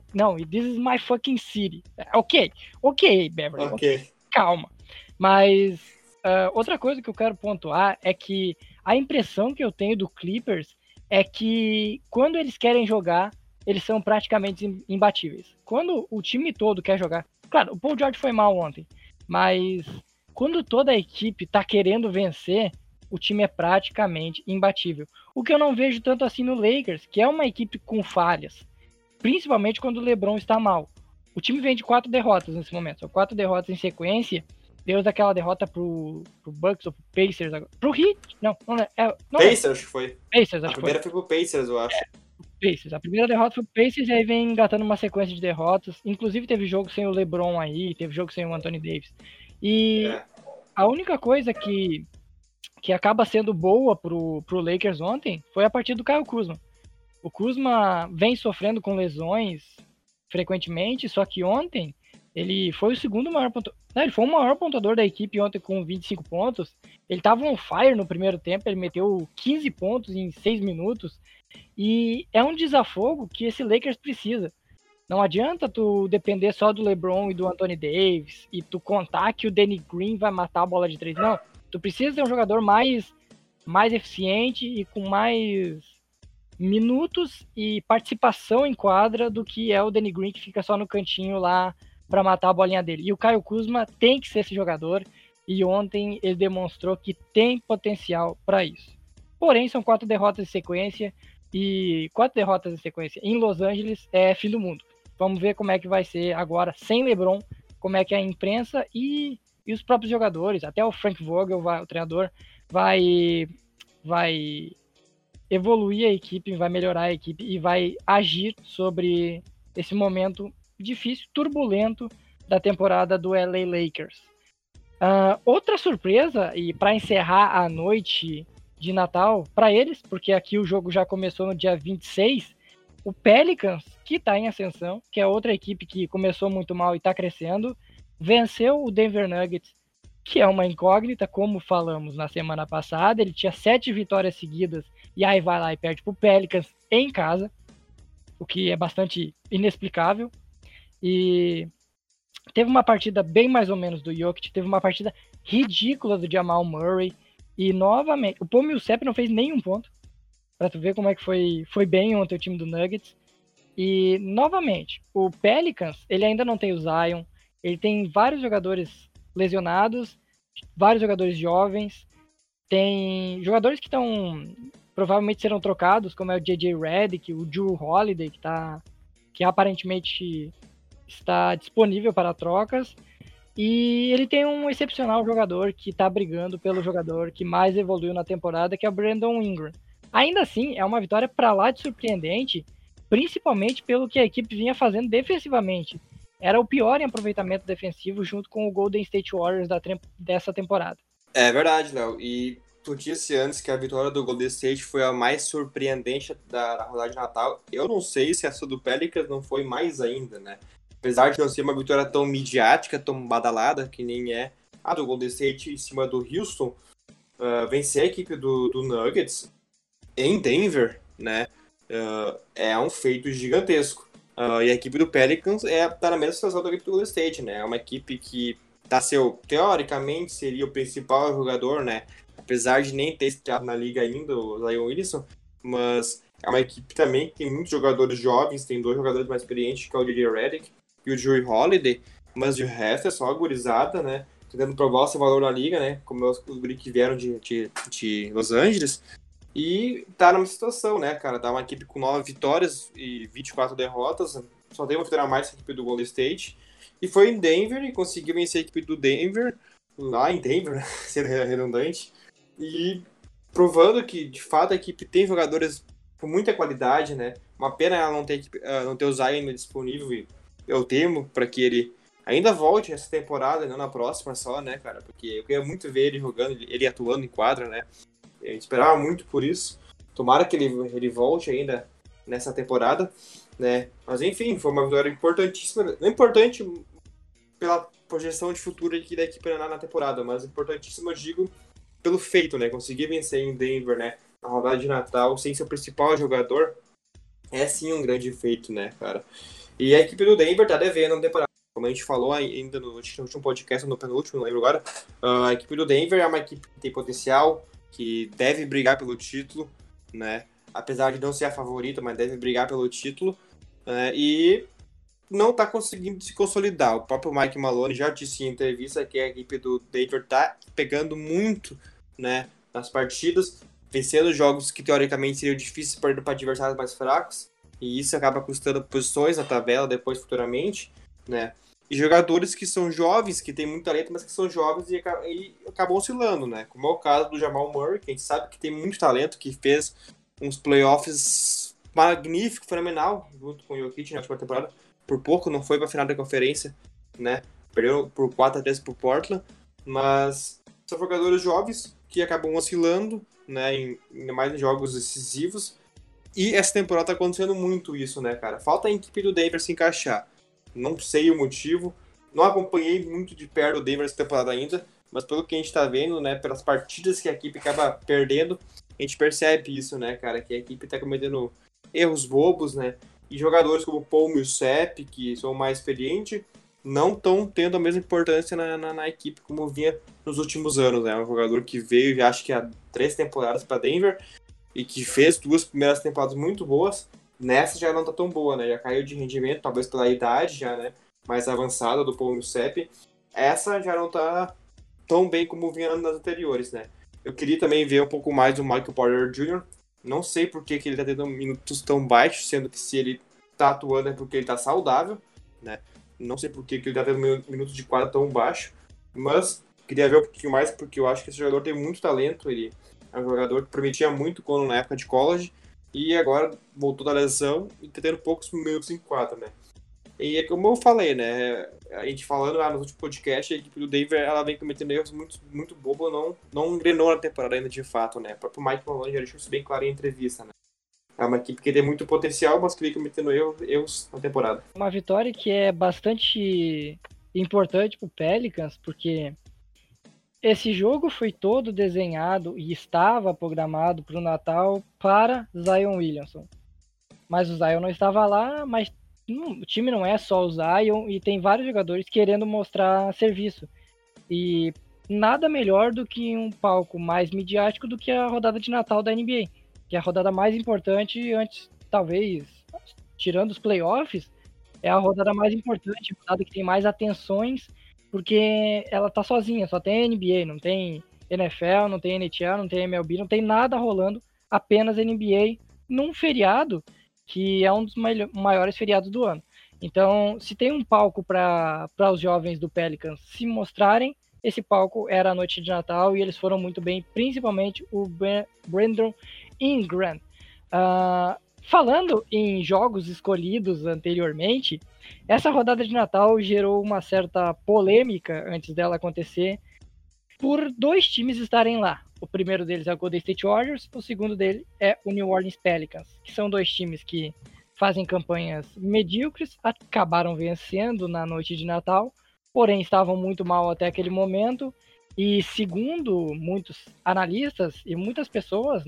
is my fucking city. Ok, Beverly. Ok. Calma. Mas outra coisa que eu quero pontuar é que a impressão que eu tenho do Clippers é que quando eles querem jogar, eles são praticamente imbatíveis. Quando o time todo quer jogar... Claro, o Paul George foi mal ontem, mas quando toda a equipe tá querendo vencer, o time é praticamente imbatível. O que eu não vejo tanto assim no Lakers, que é uma equipe com falhas, principalmente quando o LeBron está mal. O time vem de 4 derrotas nesse momento, são 4 derrotas em sequência, desde aquela derrota pro Bucks ou pro Pacers agora. Pro Heat? Não Pacers, acho que foi. Pacers, a primeira foi pro Pacers, eu acho. Pacers. A primeira derrota foi pro Pacers e aí vem engatando uma sequência de derrotas. Inclusive teve jogo sem o LeBron aí, teve jogo sem o Anthony Davis. E a única coisa que acaba sendo boa pro Lakers ontem foi a partida do Kyle Kuzma. O Kuzma vem sofrendo com lesões frequentemente, só que ontem ele foi o segundo maior pontuador. Ele foi o maior pontuador da equipe ontem com 25 pontos. Ele estava on fire no primeiro tempo, ele meteu 15 pontos em 6 minutos. E é um desafogo que esse Lakers precisa. Não adianta tu depender só do LeBron e do Anthony Davis e tu contar que o Danny Green vai matar a bola de 3. Não, tu precisa ter um jogador mais eficiente e com mais minutos e participação em quadra do que é o Danny Green, que fica só no cantinho lá para matar a bolinha dele. E o Kyle Kuzma tem que ser esse jogador, e ontem ele demonstrou que tem potencial para isso. Porém, são 4 derrotas em sequência, e 4 derrotas em sequência em Los Angeles é fim do mundo. Vamos ver como é que vai ser agora sem LeBron, como é que a imprensa e os próprios jogadores, até o Frank Vogel, o treinador, vai evoluir a equipe, vai melhorar a equipe e vai agir sobre esse momento difícil, turbulento da temporada do LA Lakers. Outra surpresa, e para encerrar a noite de Natal para eles, porque aqui o jogo já começou no dia 26, o Pelicans, que está em ascensão, que é outra equipe que começou muito mal e está crescendo, venceu o Denver Nuggets, que é uma incógnita, como falamos na semana passada. Ele tinha 7 vitórias seguidas e aí vai lá e perde pro Pelicans em casa, o que é bastante inexplicável. E teve uma partida bem mais ou menos do Jokic, teve uma partida ridícula do Jamal Murray, e novamente, o Paul Millsap não fez nenhum ponto, pra tu ver como é que foi bem ontem o time do Nuggets. E, novamente, o Pelicans, ele ainda não tem o Zion, ele tem vários jogadores lesionados, vários jogadores jovens, tem jogadores que provavelmente serão trocados, como é o J.J. Redick, o Jrue Holiday, que aparentemente está disponível para trocas. E ele tem um excepcional jogador que está brigando pelo jogador que mais evoluiu na temporada, que é o Brandon Ingram. Ainda assim, é uma vitória para lá de surpreendente, principalmente pelo que a equipe vinha fazendo defensivamente. Era o pior em aproveitamento defensivo junto com o Golden State Warriors dessa temporada. É verdade, Léo. E tu disse antes que a vitória do Golden State foi a mais surpreendente da rodada de Natal. Eu não sei se essa do Pelicans não foi mais ainda, né? Apesar de não ser uma vitória tão midiática, tão badalada, que nem é a do Golden State em cima do Houston, vencer a equipe do Nuggets em Denver, né? É um feito gigantesco. E a equipe do Pelicans tá na mesma situação da equipe do Golden State, né? É uma equipe que teoricamente seria o principal jogador, né? Apesar de nem ter estreado na liga ainda, o Zion Williamson, mas é uma equipe também que tem muitos jogadores jovens, tem 2 jogadores mais experientes, que é o J.J. Redick e o Drew Holiday, mas de resto é só a gurizada, né? Tentando provar o seu valor na liga, né? Como os guris que vieram de Los Angeles. E tá numa situação, né, cara? Tá uma equipe com 9 vitórias e 24 derrotas. Só tem uma vitória a mais que a equipe do Golden State. E foi em Denver e conseguiu vencer a equipe do Denver, lá em Denver, sendo redundante. E provando que, de fato, a equipe tem jogadores com muita qualidade, né? Uma pena ela não ter o Zion disponível. E eu temo para que ele ainda volte essa temporada, não na próxima só, né, cara? Porque eu queria muito ver ele jogando, ele atuando em quadra, né? Eu esperava muito por isso. Tomara que ele volte ainda nessa temporada, né? Mas enfim, foi uma vitória importantíssima. Não importante pela projeção de futuro aqui da equipe na temporada, mas importantíssima, eu digo, pelo feito, né? Conseguir vencer em Denver, né? Na rodada de Natal, sem seu principal jogador, é sim um grande feito, né, cara? E a equipe do Denver tá devendo na temporada. Como a gente falou ainda no último podcast, no penúltimo, não lembro agora, a equipe do Denver é uma equipe que tem potencial, que deve brigar pelo título, né? Apesar de não ser a favorita, mas deve brigar pelo título. E não está conseguindo se consolidar. O próprio Mike Maloney já disse em entrevista que a equipe do Denver está pegando muito, né, nas partidas, vencendo jogos que teoricamente seriam difíceis para adversários mais fracos, e isso acaba custando posições na tabela depois futuramente, né? E jogadores que são jovens, que têm muito talento, mas que são jovens e acabam oscilando, né? Como é o caso do Jamal Murray, que a gente sabe que tem muito talento, que fez uns playoffs magnífico, fenomenal, junto com o Jokic na última temporada. Por pouco não foi para a final da conferência, né? Perdeu por 4-3 pro Portland, mas são jogadores jovens que acabam oscilando, né? Ainda mais em jogos decisivos. E essa temporada tá acontecendo muito isso, né, cara? Falta a equipe do Denver se encaixar. Não sei o motivo. Não acompanhei muito de perto o Denver essa temporada ainda, mas pelo que a gente tá vendo, né, pelas partidas que a equipe acaba perdendo, a gente percebe isso, né, cara? Que a equipe tá cometendo erros bobos, né? E jogadores como o Paul Millsap, que são mais experientes, não estão tendo a mesma importância na equipe como vinha nos últimos anos, né? Um jogador que veio, já acho que há 3 temporadas para Denver, e que fez 2 primeiras temporadas muito boas. Nessa já não tá tão boa, né? Já caiu de rendimento, talvez pela idade já, né? Mais avançada do Paul Millsap. Essa já não tá tão bem como vinha nas anteriores, né? Eu queria também ver um pouco mais do Michael Porter Jr., não sei por que ele tá tendo minutos tão baixos, sendo que se ele tá atuando é porque ele tá saudável, né? Não sei por que ele tá tendo minutos de quadra tão baixo, mas queria ver um pouquinho mais, porque eu acho que esse jogador tem muito talento, ele é um jogador que prometia muito quando na época de college, e agora voltou da lesão e tá tendo poucos minutos em quadra, né? E é como eu falei, né? A gente falando lá no último podcast, a equipe do Denver ela vem cometendo erros muito, muito bobos, não engrenou na temporada ainda de fato, né? O próprio Mike Maloney já deixou isso bem claro em entrevista, né? É uma equipe que tem muito potencial, mas que vem cometendo erros na temporada. Uma vitória que é bastante importante pro Pelicans, porque esse jogo foi todo desenhado e estava programado para o Natal para Zion Williamson. Mas o Zion não estava lá, mas o time não é só o Zion e tem vários jogadores querendo mostrar serviço. E nada melhor do que um palco mais midiático do que a rodada de Natal da NBA, que é a rodada mais importante antes, talvez, tirando os playoffs, é a rodada mais importante, a rodada que tem mais atenções, porque ela tá sozinha, só tem NBA, não tem NFL, não tem NHL, não tem MLB, não tem nada rolando, apenas NBA num feriado que é um dos maiores feriados do ano. Então, se tem um palco para os jovens do Pelicans se mostrarem, esse palco era a noite de Natal e eles foram muito bem, principalmente o Brandon Ingram. Falando em jogos escolhidos anteriormente, essa rodada de Natal gerou uma certa polêmica antes dela acontecer, por 2 times estarem lá. O primeiro deles é o Golden State Warriors, o segundo dele é o New Orleans Pelicans, que são 2 times que fazem campanhas medíocres, acabaram vencendo na noite de Natal, porém estavam muito mal até aquele momento, e segundo muitos analistas e muitas pessoas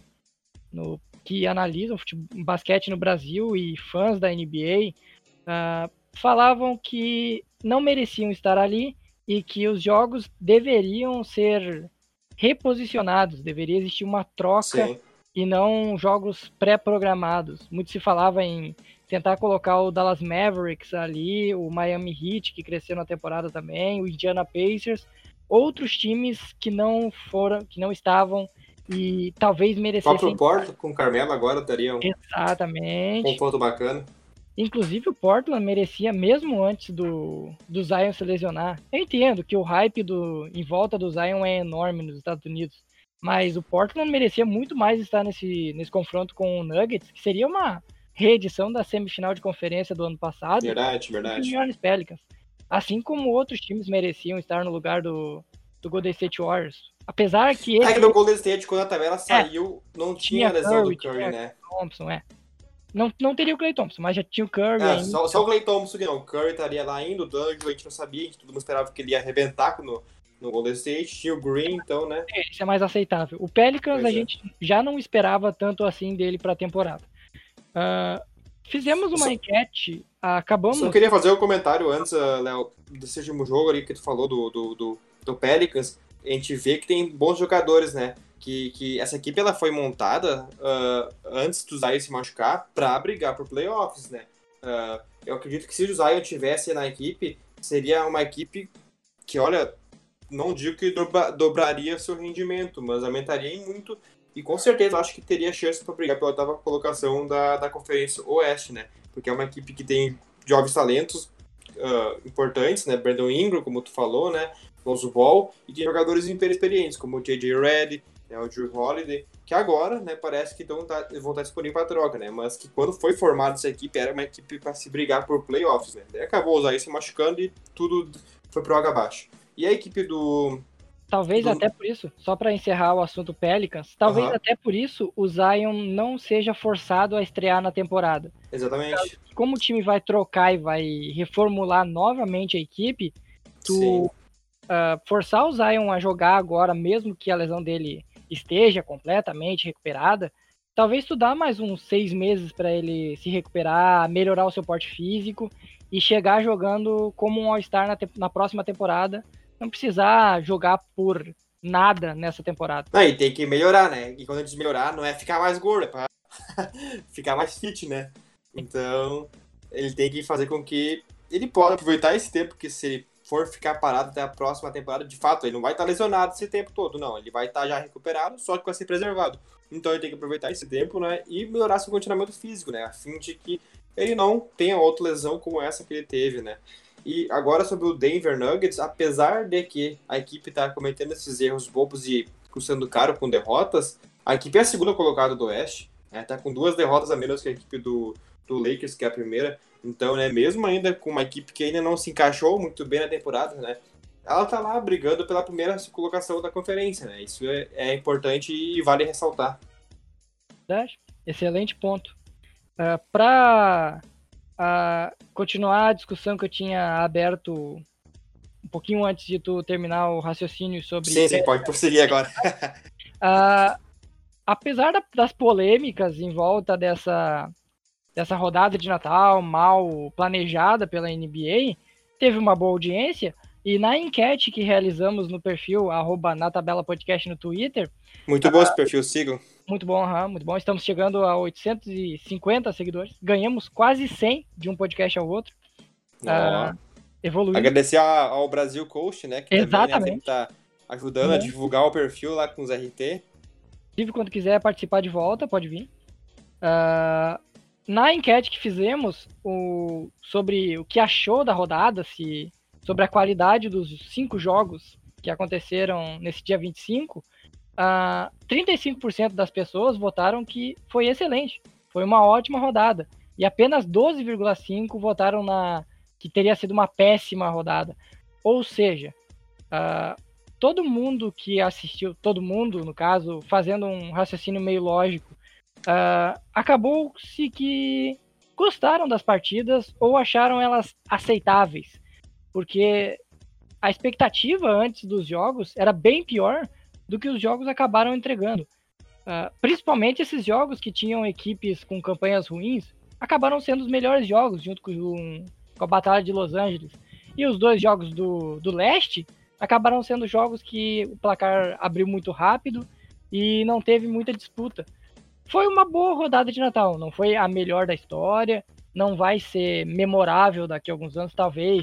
que analisam basquete no Brasil e fãs da NBA, falavam que não mereciam estar ali e que os jogos deveriam ser reposicionados, deveria existir uma troca. Sim. E não jogos pré-programados. Muito se falava em tentar colocar o Dallas Mavericks ali, o Miami Heat, que cresceu na temporada também, o Indiana Pacers, outros times que não estavam e talvez merecessem... O próprio Portland com o Carmelo agora daria um confronto bacana. Inclusive o Portland merecia, mesmo antes do Zion se lesionar. Eu entendo que o hype em volta do Zion é enorme nos Estados Unidos, mas o Portland merecia muito mais estar nesse confronto com o Nuggets, que seria uma reedição da semifinal de conferência do ano passado. Verdade. O New Orleans Pelicans. Assim como outros times mereciam estar no lugar do Golden State Warriors. Apesar que... É que no Golden State, quando a tabela saiu, não tinha a lesão do Curry, né? Thompson, Não teria o Klay Thompson, mas já tinha o Curry. Só o Klay Thompson que não. O Curry estaria lá ainda, o Douglas a gente não sabia, todo mundo esperava que ele ia arrebentar no Golden State, tinha o Green, então, né? Isso é mais aceitável. O Pelicans a gente já não esperava tanto assim dele para a temporada. Fizemos uma enquete, acabamos... Só queria fazer um comentário antes, Léo, desse último jogo ali que tu falou do Pelicans. A gente vê que tem bons jogadores, né? Que essa equipe ela foi montada antes do Zion se machucar para brigar por playoffs, né? Eu acredito que se o Zion tivesse na equipe, seria uma equipe que, olha, não digo que dobraria seu rendimento, mas aumentaria em muito, e com certeza acho que teria chance para brigar pela 8ª colocação da Conferência Oeste, né? Porque é uma equipe que tem jovens talentos importantes, né? Brandon Ingram, como tu falou, né? Lonzo Ball, e tem jogadores experientes, como o J.J. Redick, o Drew Holiday, que agora, né, parece que vão estar disponíveis para troca, né? Mas que quando foi formada essa equipe, era uma equipe para se brigar por playoffs, né? Daí acabou o Zion se machucando e tudo foi pro água abaixo. E a equipe Talvez até por isso, só para encerrar o assunto Pelicans, talvez até por isso o Zion não seja forçado a estrear na temporada. Exatamente. Como o time vai trocar e vai reformular novamente a equipe, forçar o Zion a jogar agora, mesmo que a lesão dele esteja completamente recuperada, talvez tu dá mais uns 6 meses para ele se recuperar, melhorar o seu porte físico e chegar jogando como um All-Star na próxima temporada, não precisar jogar por nada nessa temporada. E tem que melhorar, né? E quando a gente melhorar, não é ficar mais gordo, é pra ficar mais fit, né? Então, ele tem que fazer com que ele possa aproveitar esse tempo, que se ele for ficar parado até a próxima temporada, de fato, ele não vai estar lesionado esse tempo todo, não. Ele vai estar já recuperado, só que vai ser preservado. Então ele tem que aproveitar esse tempo, né, e melhorar seu condicionamento físico, né, a fim de que ele não tenha outra lesão como essa que ele teve, né. E agora sobre o Denver Nuggets, apesar de que a equipe está cometendo esses erros bobos e custando caro com derrotas, a equipe é a segunda colocada do Oeste, né, tá com 2 derrotas a menos que a equipe do Lakers, que é a primeira. Então, né, mesmo ainda com uma equipe que ainda não se encaixou muito bem na temporada, né, ela tá lá brigando pela primeira colocação da conferência, né, isso é importante e vale ressaltar. Excelente ponto. Para continuar a discussão que eu tinha aberto um pouquinho antes de tu terminar o raciocínio sobre... Sim, pode prosseguir agora. Apesar das polêmicas em volta dessa rodada de Natal mal planejada pela NBA, teve uma boa audiência, e na enquete que realizamos no perfil @natabelapodcast no Twitter... Muito bom esse perfil, sigam. Muito bom, muito bom. Estamos chegando a 850 seguidores. Ganhamos quase 100 de um podcast ao outro. Evoluindo. Agradecer ao Brasil Coast, né, que também está ajudando a divulgar o perfil lá com os RT. Inclusive, quando quiser participar de volta, pode vir. Na enquete que fizemos sobre o que achou da rodada, sobre a qualidade dos 5 jogos que aconteceram nesse dia 25, 35% das pessoas votaram que foi excelente, foi uma ótima rodada, e apenas 12,5% votaram que teria sido uma péssima rodada. Ou seja, todo mundo que assistiu, todo mundo, no caso, fazendo um raciocínio meio lógico, acabou-se que gostaram das partidas ou acharam elas aceitáveis, porque a expectativa antes dos jogos era bem pior do que os jogos acabaram entregando. Principalmente esses jogos que tinham equipes com campanhas ruins acabaram sendo os melhores jogos, junto com a Batalha de Los Angeles. E os 2 jogos do leste acabaram sendo jogos que o placar abriu muito rápido e não teve muita disputa. Foi uma boa rodada de Natal, não foi a melhor da história, não vai ser memorável daqui a alguns anos, talvez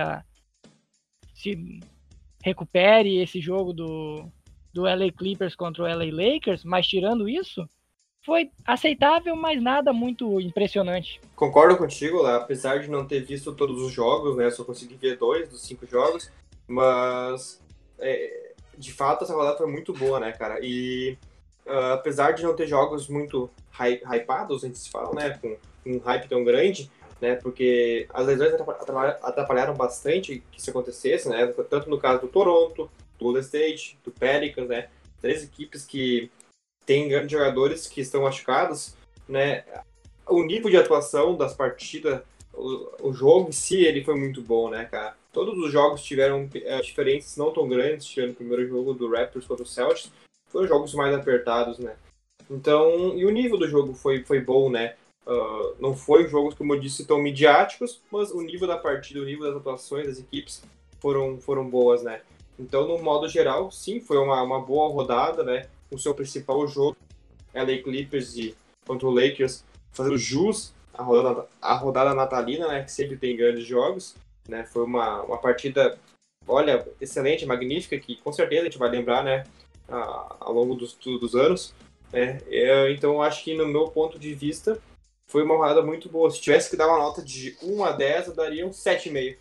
se recupere esse jogo do LA Clippers contra o LA Lakers, mas tirando isso, foi aceitável, mas nada muito impressionante. Concordo contigo, lá, apesar de não ter visto todos os jogos, né, só consegui ver 2 dos 5 jogos, mas de fato essa rodada foi muito boa, né, cara, e apesar de não ter jogos muito hypados, a gente se fala, né, com um hype tão grande, né, porque as lesões atrapalharam bastante que isso acontecesse, né, tanto no caso do Toronto, do Golden State, do Pelicans, né, 3 equipes que têm jogadores que estão machucados, né, o nível de atuação das partidas, o jogo em si, ele foi muito bom, né, cara. Todos os jogos tiveram diferenças não tão grandes, tirando o primeiro jogo do Raptors contra o Celtics, foram jogos mais apertados, né. Então, e o nível do jogo foi bom, né. Não foi jogos, como eu disse, tão midiáticos, mas o nível da partida, o nível das atuações das equipes foram boas, né. Então, no modo geral, sim, foi uma boa rodada, né, o seu principal jogo, LA Clippers contra o Lakers, fazendo jus à rodada natalina, né, que sempre tem grandes jogos, né, foi uma partida, olha, excelente, magnífica, que com certeza a gente vai lembrar, né, ao longo dos anos, né, então eu acho que no meu ponto de vista foi uma rodada muito boa. Se tivesse que dar uma nota de 1 a 10, eu daria um 7,5.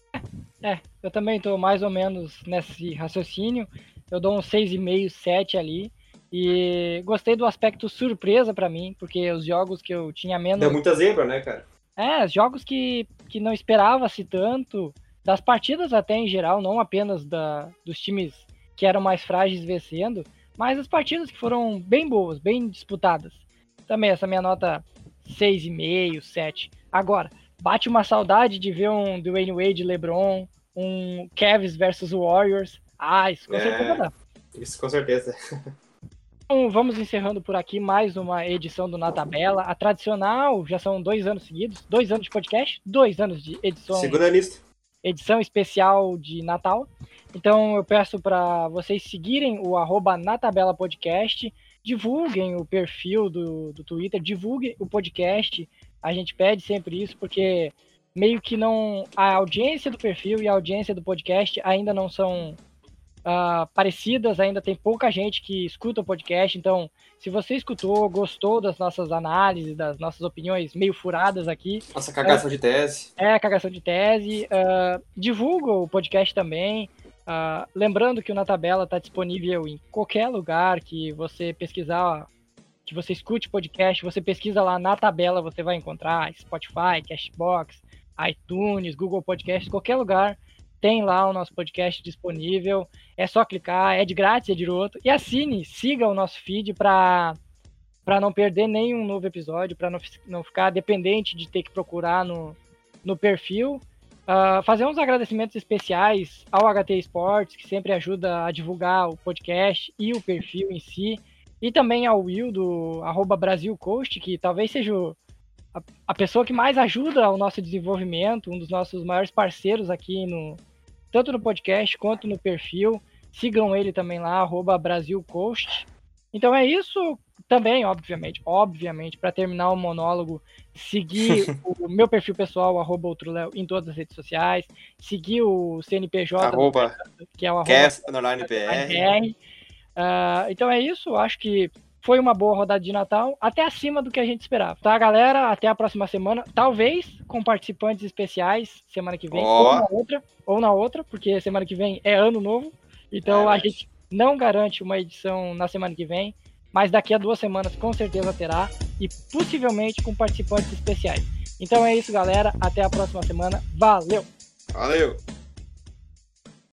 Eu também estou mais ou menos nesse raciocínio, eu dou um 6,5, 7 ali. E gostei do aspecto surpresa pra mim, porque os jogos que eu tinha menos... Deu muita zebra, né, cara? Jogos que não esperava-se tanto, das partidas até em geral, não apenas dos times que eram mais frágeis vencendo, mas as partidas que foram bem boas, bem disputadas. Também essa minha nota 6,5, 7. Agora, bate uma saudade de ver um Dwayne Wade e LeBron, um Cavs versus Warriors. Isso com certeza dá. Isso com certeza. Então, vamos encerrando por aqui mais uma edição do Na Tabela. A tradicional, já são 2 anos seguidos, 2 anos de podcast, 2 anos de edição. Segunda lista. Edição especial de Natal. Então eu peço para vocês seguirem o @natabelapodcast, divulguem o perfil do Twitter, divulguem o podcast. A gente pede sempre isso porque meio que a audiência do perfil e a audiência do podcast ainda não são parecidas, ainda tem pouca gente que escuta o podcast, então se você escutou, gostou das nossas análises, das nossas opiniões meio furadas aqui... Nossa cagação de tese. Cagação de tese. Divulga o podcast também. Lembrando que o Na Tabela está disponível em qualquer lugar que você pesquisar, que você escute podcast, você pesquisa lá Na Tabela, você vai encontrar Spotify, Cashbox, iTunes, Google Podcast, qualquer lugar. Tem lá o nosso podcast disponível, é só clicar, é de grátis, é direto. E assine, siga o nosso feed para não perder nenhum novo episódio, para não ficar dependente de ter que procurar no perfil. Fazer uns agradecimentos especiais ao HT Esportes, que sempre ajuda a divulgar o podcast e o perfil em si. E também ao Will, do @BrasilCoast, que talvez seja a pessoa que mais ajuda ao nosso desenvolvimento, um dos nossos maiores parceiros aqui tanto no podcast quanto no perfil. Sigam ele também lá, @BrasilCoast. Então é isso também, obviamente, para terminar o monólogo, seguir o meu perfil pessoal, @OutroLeo, em todas as redes sociais, seguir o CNPJ, que é o @cast_BR. Então é isso, acho que foi uma boa rodada de Natal, até acima do que a gente esperava. Tá, galera? Até a próxima semana. Talvez com participantes especiais semana que vem, ou na outra, porque semana que vem é ano novo. Então a gente não garante uma edição na semana que vem, mas daqui a 2 semanas com certeza terá, e possivelmente com participantes especiais. Então é isso, galera. Até a próxima semana. Valeu! Valeu!